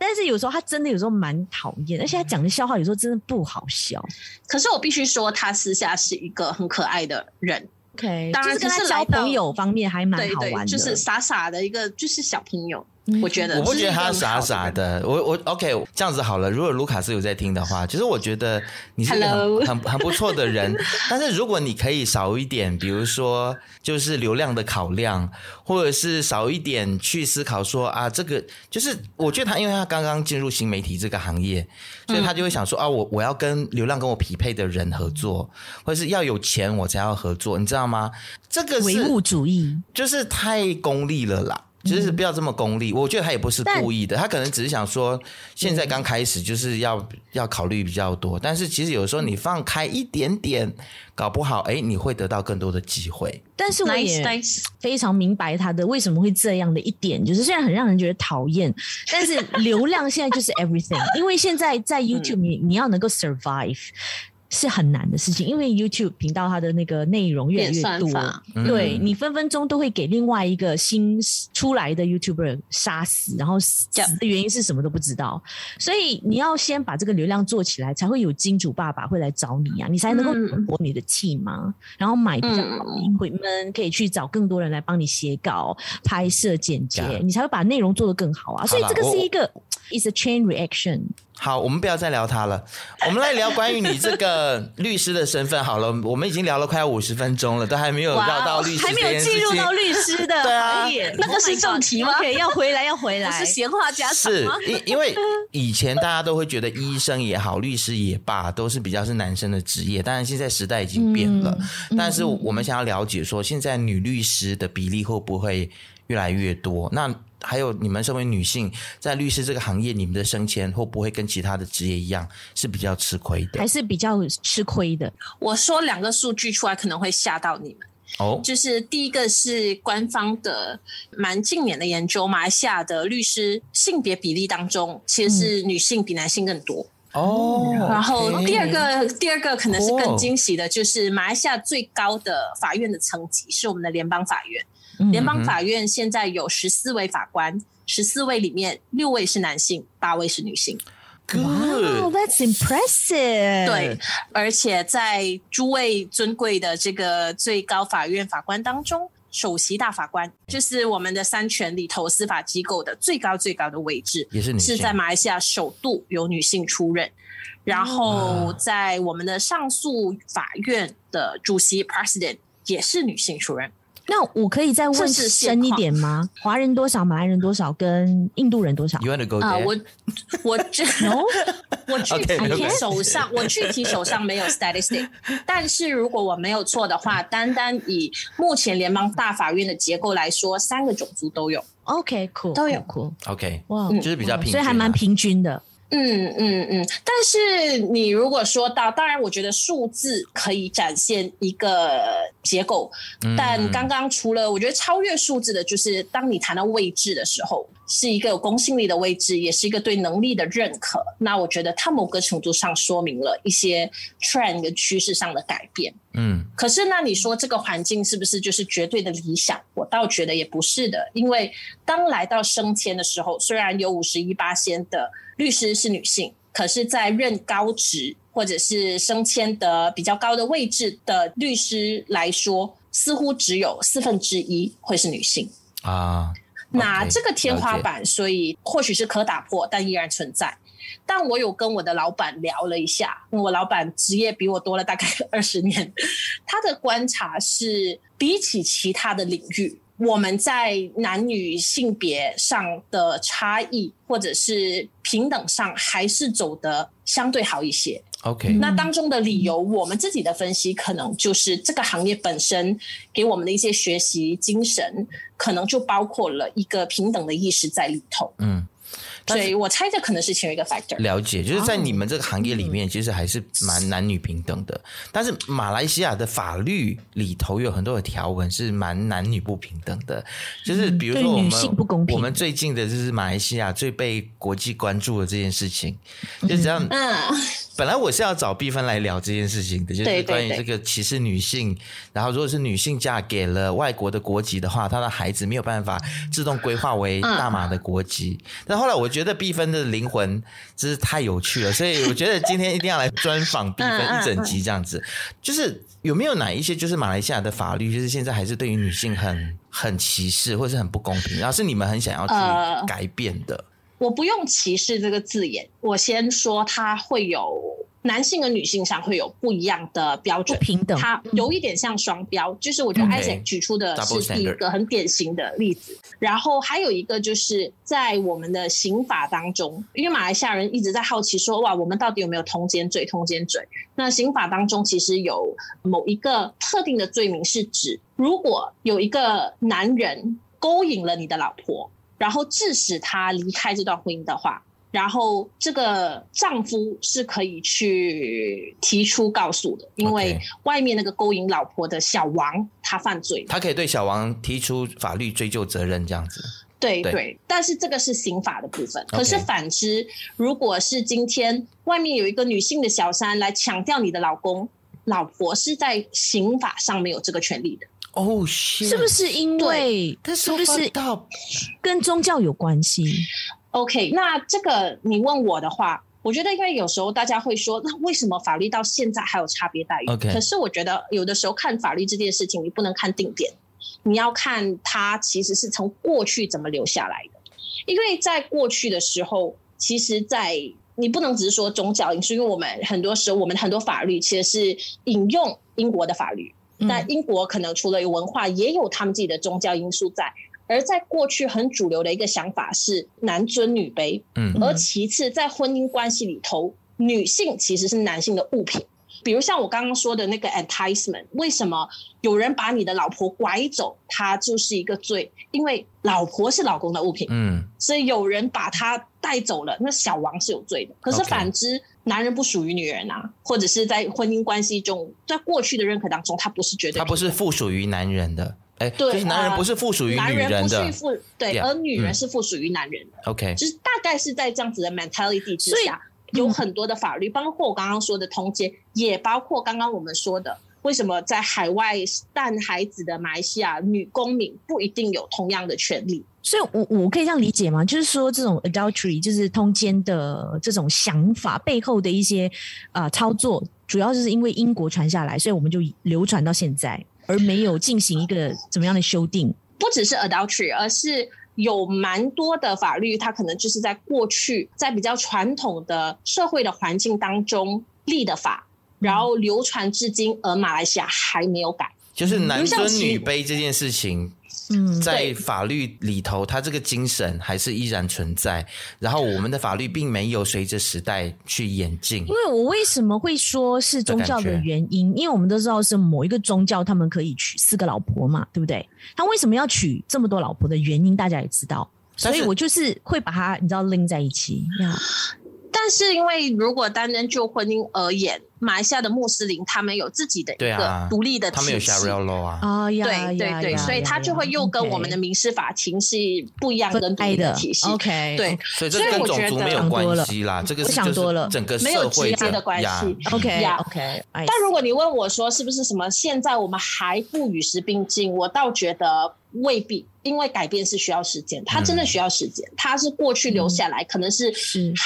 但是有时候他真的有时候蛮讨厌，而且他讲的笑话有时候真的不好笑。
可是我必须说，他私下是一个很可爱的人。
OK，
当然
就是跟他交朋友方面还蛮好玩的，
对对，就是傻傻的一个就是小朋友。我觉得
我不觉得他傻傻的，我 OK 这样子好了。如果卢卡斯有在听的话，其实我觉得你是一个很不错的人。但是如果你可以少一点，比如说就是流量的考量，或者是少一点去思考说啊，这个就是我觉得他因为他刚刚进入新媒体这个行业，所以他就会想说啊，我要跟流量跟我匹配的人合作，或者是要有钱我才要合作，你知道吗？这个是
唯物主义，
就是太功利了啦。就是不要这么功利，我觉得他也不是故意的，他可能只是想说现在刚开始就是要考虑比较多，但是其实有时候你放开一点点，搞不好你会得到更多的机会。
但是我也非常明白他的为什么会这样的一点，就是虽然很让人觉得讨厌，但是流量现在就是 everything， 因为现在在 YouTube 你要能够 survive是很难的事情，因为 YouTube 频道它的那个内容越来越多，对，你分分钟都会给另外一个新出来的 YouTuber 杀死，然后死的原因是什么都不知道，所以你要先把这个流量做起来，才会有金主爸爸会来找你啊，你才能够养活你的 team 嘛，然后买比较好的音轨们，可以去找更多人来帮你写稿、拍摄、剪接，你才会把内容做得更好啊。所以这个是一个 is a chain reaction。
好，我们不要再聊他了，我们来聊关于你这个律师的身份好了。我们已经聊了快要50分钟了，都还没有绕到律师这件事情，
还没有进入到律师的
对啊，
那个是正题吗？
OK， 要回来不是闲话家常吗？
是因为以前大家都会觉得医生也好，律师也罢，都是比较是男生的职业，当然现在时代已经变了，但是我们想要了解说现在女律师的比例会不会越来越多，那还有你们身为女性在律师这个行业，你们的升迁会不会跟其他的职业一样是比较吃亏的，
还是比较吃亏的？
我说2个数据出来可能会吓到你们就是第一个是官方的蛮近年的研究，马来西亚的律师性别比例当中其实是女性比男性更多然后第二个可能是更惊喜的，就是马来西亚最高的法院的层级是我们的联邦法院。联邦法院现在有14位法官，14位里面6位是男性，8位是女性。
Wow, that's impressive.
对，而且在诸位尊贵的这个最高法院法官当中，首席大法官就是我们的3权里头司法机构的最高的位置，
也是女性，
是在马来西亚首度由女性出任。然后在我们的上诉法院的主席 President 也是女性出任。
那我可以再问深一点吗？华人多少，马来人多少，跟印度人多少？
You want to go there?
我具体手上没有 statistic， 但是如果我没有错的话，单以目前联邦大法院的结构来说，3个种族都有。
OK， cool，
都有
cool。
OK，
哇，
就是比较平均，
所以还蛮平均的。
但是你如果说到，当然我觉得数字可以展现一个结构，但刚刚除了我觉得超越数字的，就是当你谈到位置的时候，是一个有公信力的位置，也是一个对能力的认可，那我觉得它某个程度上说明了一些 trend 的趋势上的改变。可是那你说这个环境是不是就是绝对的理想？我倒觉得也不是的，因为当来到升迁的时候，虽然有51%的律师是女性，可是在任高职或者是升迁的比较高的位置的律师来说，似乎只有1/4会是女性
啊。
那这个天花板，所以或许是可打破，但依然存在。但我有跟我的老板聊了一下，因为我老板职业比我多了大概20年，他的观察是比起其他的领域，我们在男女性别上的差异或者是平等上还是走得相对好一些。
OK，
那当中的理由，我们自己的分析可能就是这个行业本身给我们的一些学习精神，可能就包括了一个平等的意识在里头。所以我猜这可能是其中一个 factor。
了解，就是在你们这个行业里面其实还是蛮男女平等的，但是马来西亚的法律里头有很多的条文是蛮男女不平等的，就是比如说我们最近的就是马来西亚最被国际关注的这件事情，就这样本来我是要找碧芬来聊这件事情的，就是关于这个歧视女性，然后如果是女性嫁给了外国的国籍的话，她的孩子没有办法自动规划为大马的国籍。但后来我觉得碧芬的灵魂真是太有趣了，所以我觉得今天一定要来专访碧芬一整集这样子。就是有没有哪一些就是马来西亚的法律，就是现在还是对于女性很歧视或是很不公平，然后是你们很想要去改变的？
我不用歧视这个字眼，我先说它会有男性跟女性上会有不一样的标准，
不平等，
它有一点像双标，就是我觉得 Isaac 举出的是一个很典型的例子。然后还有一个就是在我们的刑法当中，因为马来西亚人一直在好奇说，哇，我们到底有没有通奸罪？那刑法当中其实有某一个特定的罪名，是指如果有一个男人勾引了你的老婆，然后致使他离开这段婚姻的话，然后这个丈夫是可以去提出告诉的，因为外面那个勾引老婆的小王他犯罪，
他可以对小王提出法律追究责任这样子。
对，但是这个是刑法的部分。可是反之，如果是今天外面有一个女性的小三来抢掉你的老婆是在刑法上没有这个权利的。
哦，是
不是因为是不是跟宗教有关系
？OK， 那这个你问我的话，我觉得因为有时候大家会说，那为什么法律到现在还有差别待遇？ 可是我觉得有的时候看法律这件事情，你不能看定点，你要看它其实是从过去怎么留下来的。因为在过去的时候，其实你不能只是说宗教因素，因为我们很多时候我们很多法律其实是引用英国的法律。但英国可能除了有文化，也有他们自己的宗教因素在。而在过去很主流的一个想法是男尊女卑，而其次在婚姻关系里头，女性其实是男性的物品。比如像我刚刚说的那个 enticement， 为什么有人把你的老婆拐走，它就是一个罪？因为老婆是老公的物品，所以有人把她带走了，那小王是有罪的。可是反之，男人不属于女人啊，或者是在婚姻关系中，在过去的认可当中，他不是绝对，
他不是附属于男人的。
对，
就是男人不是附属于女人的，男人不是
对，而女人是附属于男人的。
OK，
就是大概是在这样子的 mentality 之下，有很多的法律，包括我刚刚说的通奸，也包括刚刚我们说的，为什么在海外诞孩子的马来西亚女公民不一定有同样的权利？
所以我可以这样理解吗？就是说这种 adultery 就是通奸的这种想法背后的一些操作，主要就是因为英国传下来，所以我们就流传到现在，而没有进行一个怎么样的修订。
不只是 adultery， 而是有蛮多的法律，它可能就是在过去在比较传统的社会的环境当中立的法，然后流传至今，而马来西亚还没有改。
就是男尊女卑这件事情，在法律里头，它这个精神还是依然存在。然后我们的法律并没有随着时代去演进。
因为我为什么会说是宗教的原因？因为我们都知道是某一个宗教，他们可以娶4个老婆嘛，对不对？他为什么要娶这么多老婆的原因，大家也知道。所以我就是会把它你知道 link 在一起。
但是因为如果单单就婚姻而言，马来西亚的穆斯林他们有自己的一个独立的体系，
他们有 Sharia law 啊，
对，所以他就会又跟我们的民事法庭是不一样，跟独立的体系。
OK，
对，
所以这跟种族没有关系啦，这个是就是整个社会
没有直接的关系。
OK，
但如果你问我说是不是什么现在我们还不与时并进，我倒觉得未必。因为改变是需要时间，它真的需要时间，它是过去留下来可能是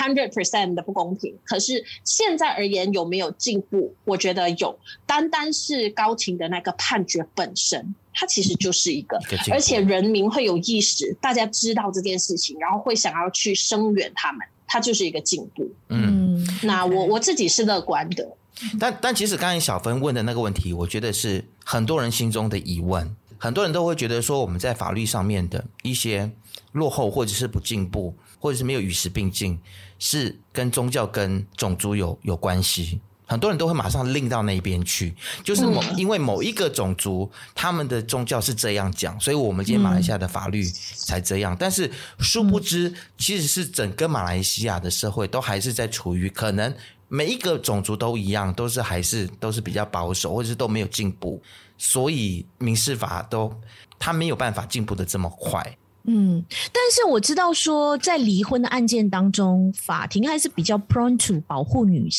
100% 的不公平，可是现在而言有没有进步，我觉得有。单单是高庭的那个判决本身，它其实就是一个，而且人民会有意识，大家知道这件事情，然后会想要去声援他们，它就是一个进步。那我自己是乐观的。
但其实刚才小芬问的那个问题，我觉得是很多人心中的疑问。很多人都会觉得说我们在法律上面的一些落后或者是不进步或者是没有与时并进，是跟宗教跟种族有关系。很多人都会马上link到那边去，就是因为某一个种族他们的宗教是这样讲，所以我们今天马来西亚的法律才这样。但是殊不知其实是整个马来西亚的社会都还是在处于可能每一个种族都一样，都是比较保守，或者是都没有进步，所以民事法它没有办法进步的这么快。
但是我知道说在离婚的案件当中，法庭还是比较 prone to 保护女性，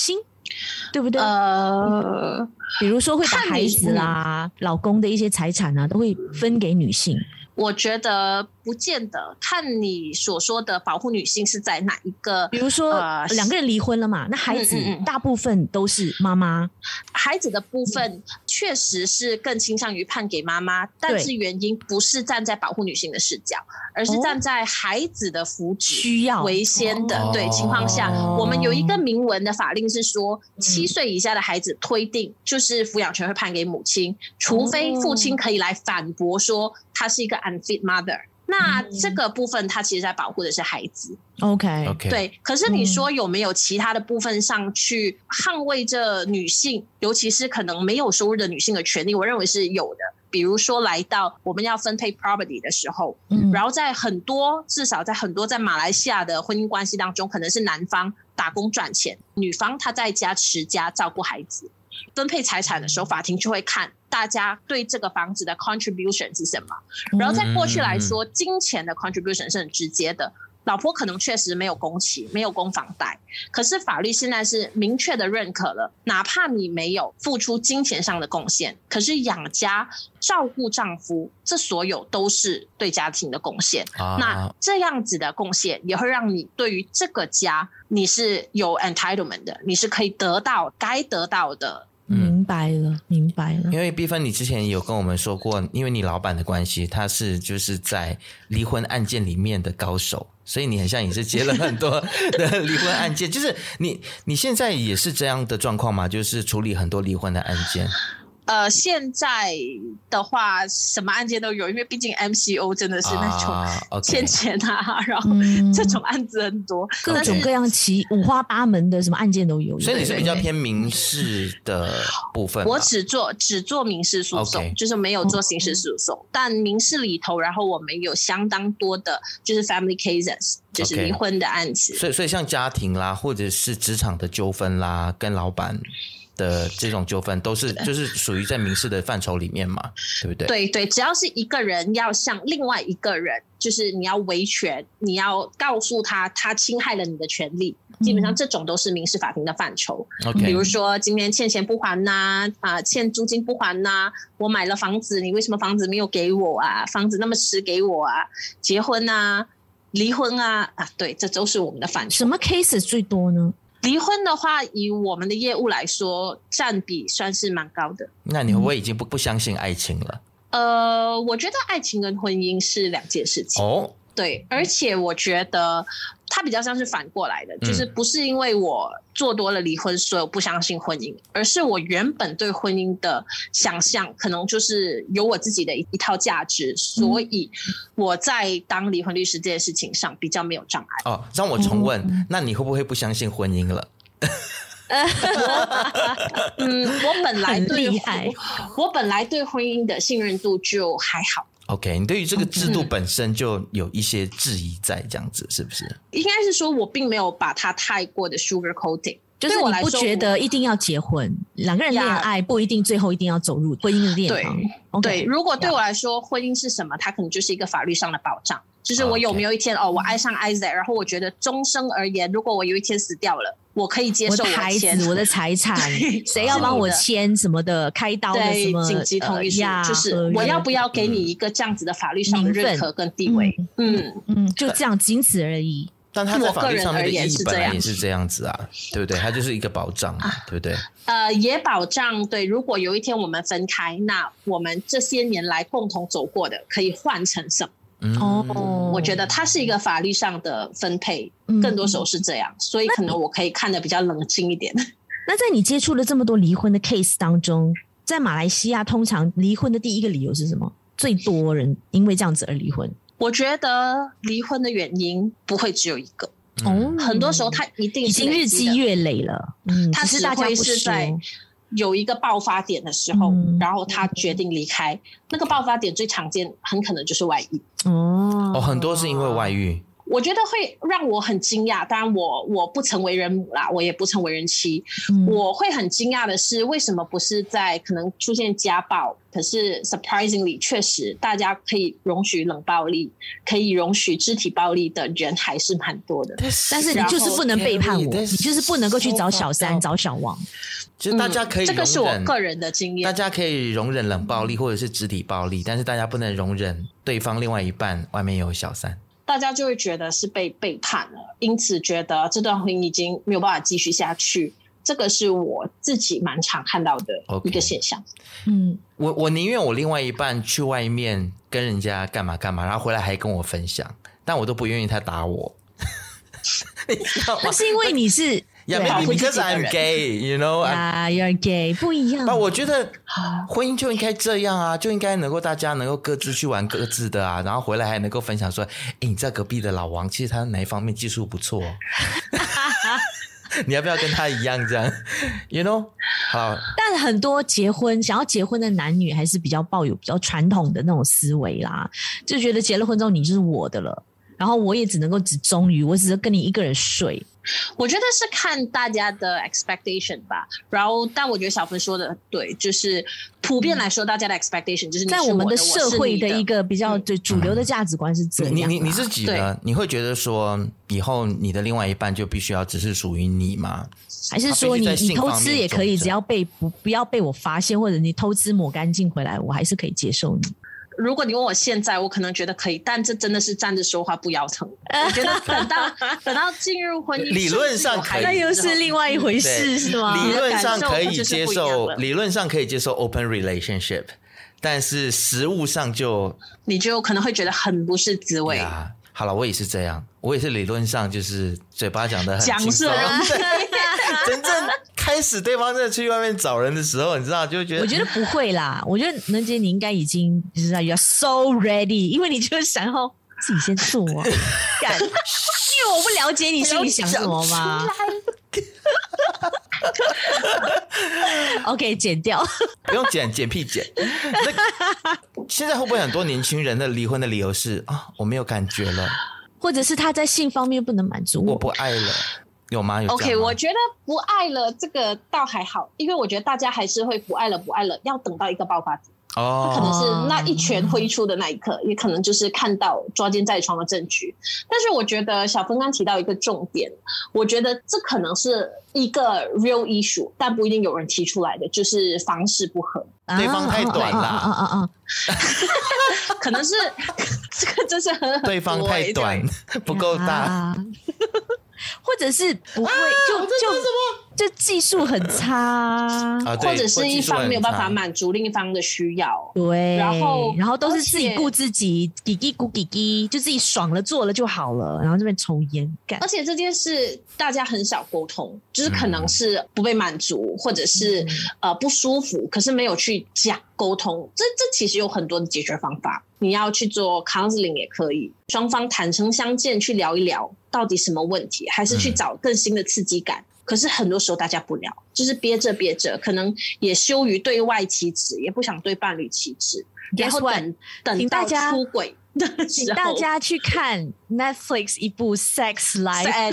对不对？比如说会把孩子啦、老公的一些财产啊，都会分给女性。
我觉得不见得，看你所说的保护女性是在哪一个。
比如说两个人离婚了嘛，那孩子大部分都是妈妈。
孩子的部分确实是更倾向于判给妈妈，但是原因不是站在保护女性的视角，而是站在孩子的福祉需要为先的对情况下，我们有一个明文的法令是说，7岁以下的孩子推定就是抚养权会判给母亲，除非父亲可以来反驳说他是一个 unfit mother。那这个部分它其实在保护的是孩子。
OK，
对。可是你说有没有其他的部分上去捍卫着女性，尤其是可能没有收入的女性的权利？我认为是有的。比如说来到我们要分配 property 的时候，然后在至少在很多在马来西亚的婚姻关系当中，可能是男方打工赚钱，女方她在家持家照顾孩子。分配财产的时候，法庭就会看大家对这个房子的 contribution 是什么。然后在过去来说，金钱的 contribution 是很直接的，老婆可能确实没有供期，没有供房贷，可是法律现在是明确的认可了，哪怕你没有付出金钱上的贡献，可是养家照顾丈夫，这所有都是对家庭的贡献。那这样子的贡献也会让你对于这个家你是有 entitlement 的，你是可以得到该得到的。
明白了。
因为碧芬你之前有跟我们说过，因为你老板的关系，他是就是在离婚案件里面的高手，所以你很像也是接了很多的离婚案件。就是你现在也是这样的状况吗？就是处理很多离婚的案件？
现在的话什么案件都有，因为毕竟 MCO 真的是那种欠钱啊，然后这种案子很多，
各种各样五花八门的什么案件都有。
所以你是比较偏民事的部分吧？
我只做民事诉讼，就是没有做刑事诉讼。但民事里头，然后我们有相当多的就是 family cases， 就是离婚的案子。
所以像家庭啦，或者是职场的纠纷啦，跟老板的这种纠纷都是就是属于在民事的范畴里面嘛，对不对？
对，只要是一个人要向另外一个人，就是你要维权，你要告诉他侵害了你的权利，基本上这种都是民事法庭的范畴。比如说今天欠钱不还呐，欠租金不还呐，我买了房子，你为什么房子没有给我啊？房子那么迟给我啊？结婚啊，离婚啊，对，这都是我们的范畴。
什么 case 最多呢？
离婚的话，以我们的业务来说，占比算是蛮高的。
那你会不会已经不相信爱情了？
我觉得爱情跟婚姻是两件事情。对，而且我觉得它比较像是反过来的，就是不是因为我做多了离婚所以我不相信婚姻，而是我原本对婚姻的想象可能就是有我自己的一套价值，所以我在当离婚律师这件事情上比较没有障碍。
让我重问，那你会不会不相信婚姻了？
我本来对婚姻的信任度就还好。
OK， 你对于这个制度本身就有一些质疑在，这样子是不是？
应该是说我并没有把它太过的 sugar coating，
就是你不觉得一定要结婚，两个人恋爱不一定最后一定要走入婚姻的殿堂。
对，如果对我来说婚姻是什么，它可能就是一个法律上的保障。就是我有没有一天我爱上 Isaac， 然后我觉得终生而言，如果我有一天死掉了，我可以接受我的孩子、
我的财产，谁要帮我签什么的，开刀的什么
紧急同意书，就是我要不要给你一个这样子的法律上的认可跟地位？
就这样，仅此而已。
但它在法律上面的意义本来也是这样子啊，对不对？它就是一个保障嘛，对不对？
也保障对，如果有一天我们分开，那我们这些年来共同走过的可以换成什么？我觉得它是一个法律上的分配，更多时候是这样，所以可能我可以看得比较冷静一点。
那在你接触了这么多离婚的 case 当中，在马来西亚通常离婚的第一个理由是什么？最多人因为这样子而离婚？
我觉得离婚的原因不会只有一个，很多时候它一定是
已经日积月累了，
它只会是在有一个爆发点的时候，然后他决定离开。那个爆发点最常见很可能就是外遇。
很多是因为外遇。
我觉得会让我很惊讶，当然我不曾为人母啦，我也不曾为人妻，我会很惊讶的是为什么不是在可能出现家暴，可是 surprisingly 确实大家可以容许冷暴力，可以容许肢体暴力的人还是蛮多的。
但是你就是不能背叛我，你就是不能够去找小三找小王。
就是大家可以容忍，
这个是我个人的经验，
大家可以容忍冷暴力或者是肢体暴力，但是大家不能容忍对方另外一半外面有小三，
大家就会觉得是被背叛了，因此觉得这段婚姻已经没有办法继续下去。这个是我自己蛮常看到的一个现象。
我宁愿我另外一半去外面跟人家干嘛干嘛，然后回来还跟我分享，但我都不愿意他打我。
那是因为你是
Yeah, maybe because I'm gay, you know.
Yeah, you're gay. 不一样。
我觉得婚姻就应该这样啊，就应该能够大家能够各自去玩各自的啊，然后回来还能够分享说，你在隔壁的老王，其实他哪一方面技术不错，你要不要跟他一样这样 ？You know. 好。
但很多想要结婚的男女还是比较抱有比较传统的那种思维啦，就觉得结了婚之后你就是我的了，然后我也只能够只忠于我，只是跟你一个人睡。
我觉得是看大家的 expectation 吧，然后但我觉得小芬说的对，就是普遍来说大家的 expectation 就是你是我的，
在我们的社会的一个比较对主流的价值观是这样。
你自己呢？你会觉得说以后你的另外一半就必须要只是属于你吗？
还是说你偷吃也可以，只要不要被我发现，或者你偷吃抹干净回来，我还是可以接受你？
如果你问我现在，我可能觉得可以，但这真的是站着说话不腰疼。我觉得等到进入婚姻，
理论上可以，
那又是另外一回事，是吗？
理论上可以接受，理论上可以接受 open relationship， 但是实务上
你就可能会觉得很不是滋味。
好了，我也是这样，我也是理论上就是嘴巴讲得很轻松，真正开始对方真的去外面找人的时候，你知道就会觉得，
我觉得不会啦。我觉得能姐你应该已经就是you are so ready， 因为你就想要自己先做啊，因为我不了解你心里想什么嘛。OK， 剪掉，
不用剪屁剪。现在会不会很多年轻人的离婚的理由是我没有感觉了，
或者是他在性方面不能满足
我不爱了？有吗？有
OK， 我觉得不爱了这个倒还好，因为我觉得大家还是会不爱了，要等到一个爆发点。他可能是那一拳挥出的那一刻，也可能就是看到抓奸在床的证据。但是我觉得小芬刚提到一个重点，我觉得这可能是一个 real issue， 但不一定有人提出来的，就是房事不合，
对方太短了，
可能是这个真是很
对方太短，不够大。
或者是不会就技术很差，
或者是一方没有办法满足另一方的需要，
对，然后都是自己顾自己，叽叽咕叽叽，就自己爽了做了就好了，然后这边抽烟干。
而且这件事大家很少沟通，就是可能是不被满足，或者是不舒服，可是没有去讲沟通。这其实有很多的解决方法，你要去做 counseling 也可以，双方坦诚相见去聊一聊到底什么问题，还是去找更新的刺激感。可是很多时候大家不聊，就是憋着，可能也羞于对外启齿，也不想对伴侣启齿，然后等到出轨的时候，
请大家去看 Netflix 一部 Sex Life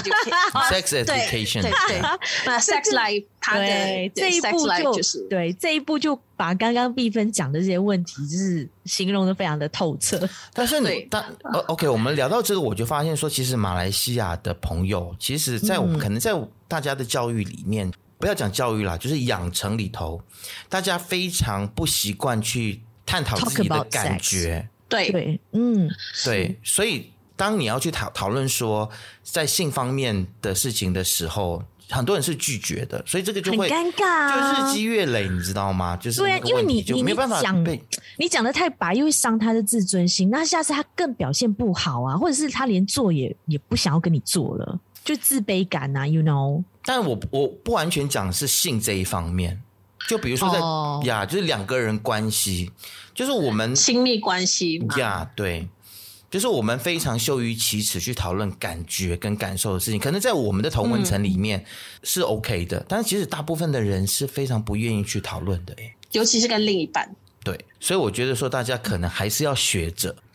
Sex Education，
对，那 Sex Life 它的
这一部就是对这一部就把刚刚碧芬讲的这些问题，就是形容的非常的透彻。
但是OK， 我们聊到这个，我就发现说，其实马来西亚的朋友，其实在我们可能在大家的教育里面，不要讲教育啦，就是养成里头，大家非常不习惯去探讨自己的感觉。
对，
对，所以当你要去讨论说在性方面的事情的时候，很多人是拒绝的，所以这个就会
很尴尬，
就日积月累，你知道吗？就是
对，因为你
没有办法
你讲的太白，又会伤他的自尊心，那下次他更表现不好啊，或者是他连做也不想要跟你做了，就自卑感啊 ，you know。
但我不完全讲是性这一方面，就比如说就是两个人关系，就是我们
亲密关系
对，就是我们非常羞于启齿去讨论感觉跟感受的事情，可能在我们的同温层里面是 OK 的，但是其实大部分的人是非常不愿意去讨论的，
尤其是跟另一半。
对，所以我觉得说大家可能还是要学着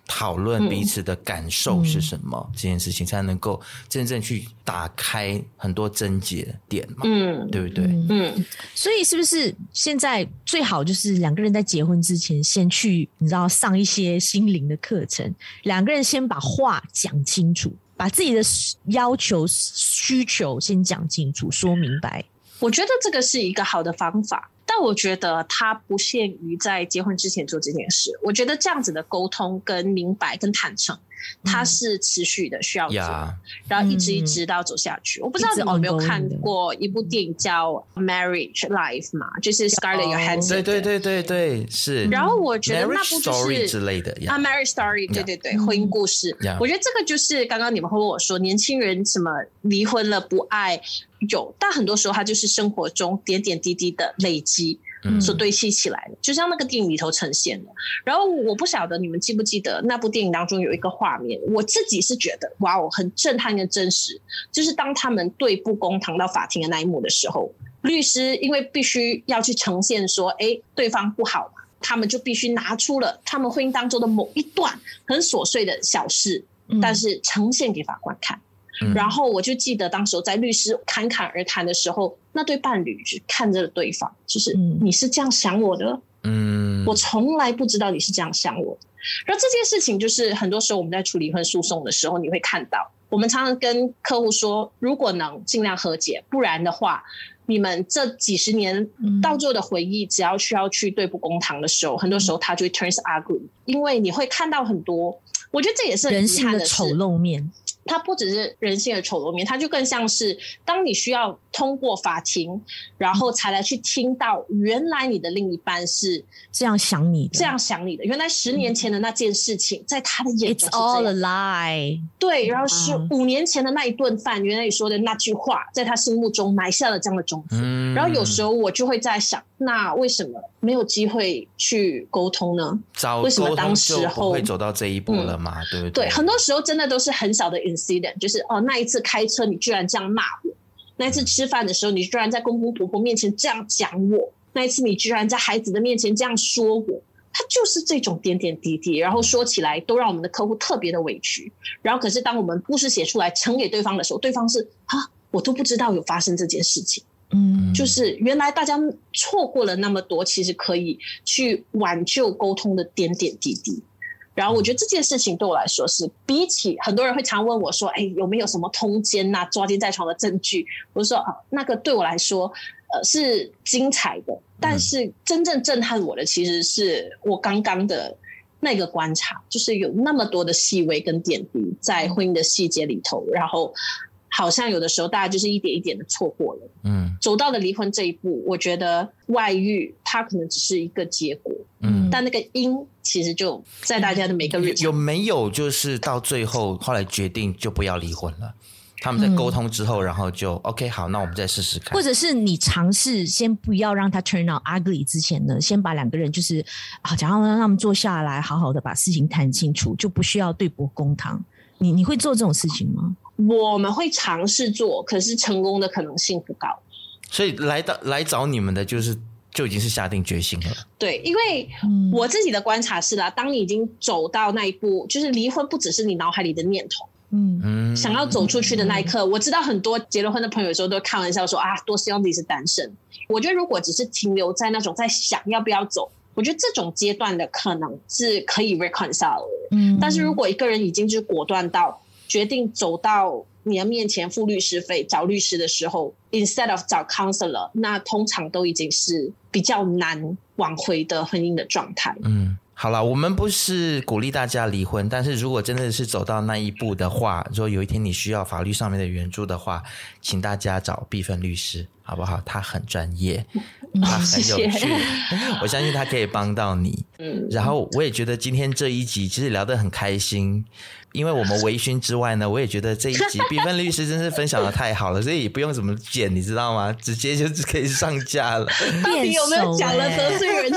讨论彼此的感受是什么，这件事情才能够真正去打开很多症结点嘛，对不对？
所以是不是现在最好就是两个人在结婚之前先去你知道上一些心灵的课程，两个人先把话讲清楚，把自己的要求需求先讲清楚说明白。
我觉得这个是一个好的方法，但我觉得它不限于在结婚之前做这件事。我觉得这样子的沟通跟明白跟坦诚它是持续的需要做，然后一直到走下去。我不知道你们有没有看过一部电影叫 Marriage Life 嘛，就是 Scarlett Johansson。
对，是。
然后我觉得那部就是
Marriage Story 之类的
Marriage Story， 对，婚姻故事。我觉得这个就是刚刚你们会问我说年轻人什么离婚了不爱有，但很多时候它就是生活中点点滴滴的累积所堆砌起来的，就像那个电影里头呈现的。然后我不晓得你们记不记得那部电影当中有一个画面，我自己是觉得哇，很震撼跟真实，就是当他们对簿公堂到法庭的那一幕的时候，律师因为必须要去呈现说对方不好嘛，他们就必须拿出了他们婚姻当中的某一段很琐碎的小事，但是呈现给法官看。然后我就记得当时在律师侃侃而谈的时候，那对伴侣就看着对方，就是你是这样想我的，我从来不知道你是这样想我的。然后这件事情就是很多时候我们在处理离婚诉讼的时候，你会看到我们常常跟客户说，如果能尽量和解，不然的话你们这几十年到最后的回忆只要需要去对簿公堂的时候，很多时候它就会 turns ugly， 因为你会看到很多，我觉得这也是很
人性的丑陋面。
它不只是人性的丑陋面，它就更像是当你需要通过法庭，然后才来去听到原来你的另一半是
这样想你的，
原来10年前的那件事情在他的眼中是这样
It's all a lie。
对，然后15年前的那一顿饭，原来你说的那句话在他心目中埋下了这样的种子。然后有时候我就会在想，那为什么没有机会去沟通呢？为什么当时候
不会走到这一步了嘛？对不对？
对，很多时候真的都是很小的 incident， 就是那一次开车你居然这样骂我，那一次吃饭的时候你居然在公公婆婆面前这样讲我，那一次你居然在孩子的面前这样说我，它就是这种点点滴滴，然后说起来都让我们的客户特别的委屈。然后可是当我们故事写出来呈给对方的时候，对方是我都不知道有发生这件事情。就是原来大家错过了那么多其实可以去挽救沟通的点点滴滴。然后我觉得这件事情对我来说是比起很多人会常问我说有没有什么通奸啊抓奸在床的证据，我就说那个对我来说是精彩的，但是真正震撼我的其实是我刚刚的那个观察，就是有那么多的细微跟点滴在婚姻的细节里头，然后好像有的时候大家就是一点一点的错过了。走到了离婚这一步，我觉得外遇它可能只是一个结果，但那个因其实就在大家的每个日常。
有没有就是到最后后来决定就不要离婚了？他们在沟通之后，然后就 OK 好，那我们再试试看。
或者是你尝试先不要让他 turn out ugly 之前呢，先把两个人就是假如让他们坐下来好好的把事情谈清楚，就不需要对簿公堂。你会做这种事情吗？
我们会尝试做，可是成功的可能性不高。
所以来找你们的就已经是下定决心了。
对，因为我自己的观察是啦，当你已经走到那一步，就是离婚不只是你脑海里的念头，想要走出去的那一刻，我知道很多结了婚的朋友有时候都开玩笑说多希望自己是单身。我觉得如果只是停留在那种在想要不要走，我觉得这种阶段的可能是可以 reconcile 的。但是如果一个人已经就是果断到决定走到你的面前付律师费找律师的时候 instead of 找 counselor， 那通常都已经是比较难挽回的婚姻的状态。
好啦，我们不是鼓励大家离婚，但是如果真的是走到那一步的话，如果有一天你需要法律上面的援助的话，请大家找碧芬律师好不好？他很专业，他很有趣，我相信他可以帮到你。然后我也觉得今天这一集其实聊得很开心，因为我们微醺之外呢，我也觉得这一集碧芬律师真是分享的太好了，所以也不用怎么剪，你知道吗？直接就可以上架了。
到底有没有讲了得罪人哦？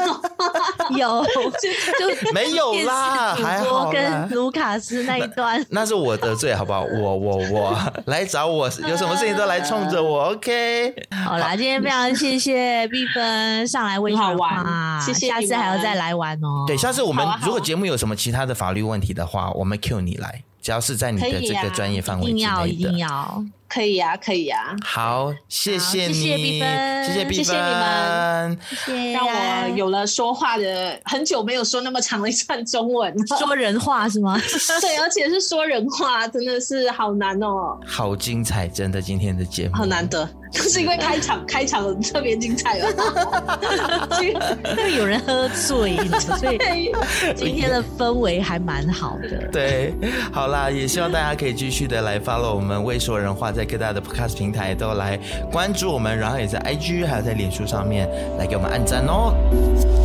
有，就
没有啦，还好啦。
跟卢卡斯那一段，
那是我得罪好不好？我来找我，有什么事情都来冲着我 ，OK。
好啦，今天非常谢谢碧芬上来为好玩，谢谢，下次还要再来玩哦。
对，下次我们如果节目有什么其他的法律问题的话，我们 Q 你来，只要是在你的这个专业范围之内的，
一定要。
可以呀，可以呀。
好，谢谢你，
谢谢碧芬，
谢谢碧芬，
谢谢你们，
谢谢，
让我有了说话的，很久没有说那么长的一串中文，
说人话是吗？
对，而且是说人话，真的是好难哦。
好精彩，真的今天的节目
好难得，就是因为开场特别精彩了，
因为有人喝醉了，所以今天的氛围还蛮好的。
对，好啦，也希望大家可以继续的来 follow 我们未说人话，在各大的 podcast 平台都来关注我们，然后也在 IG 还有在脸书上面来给我们按赞哦。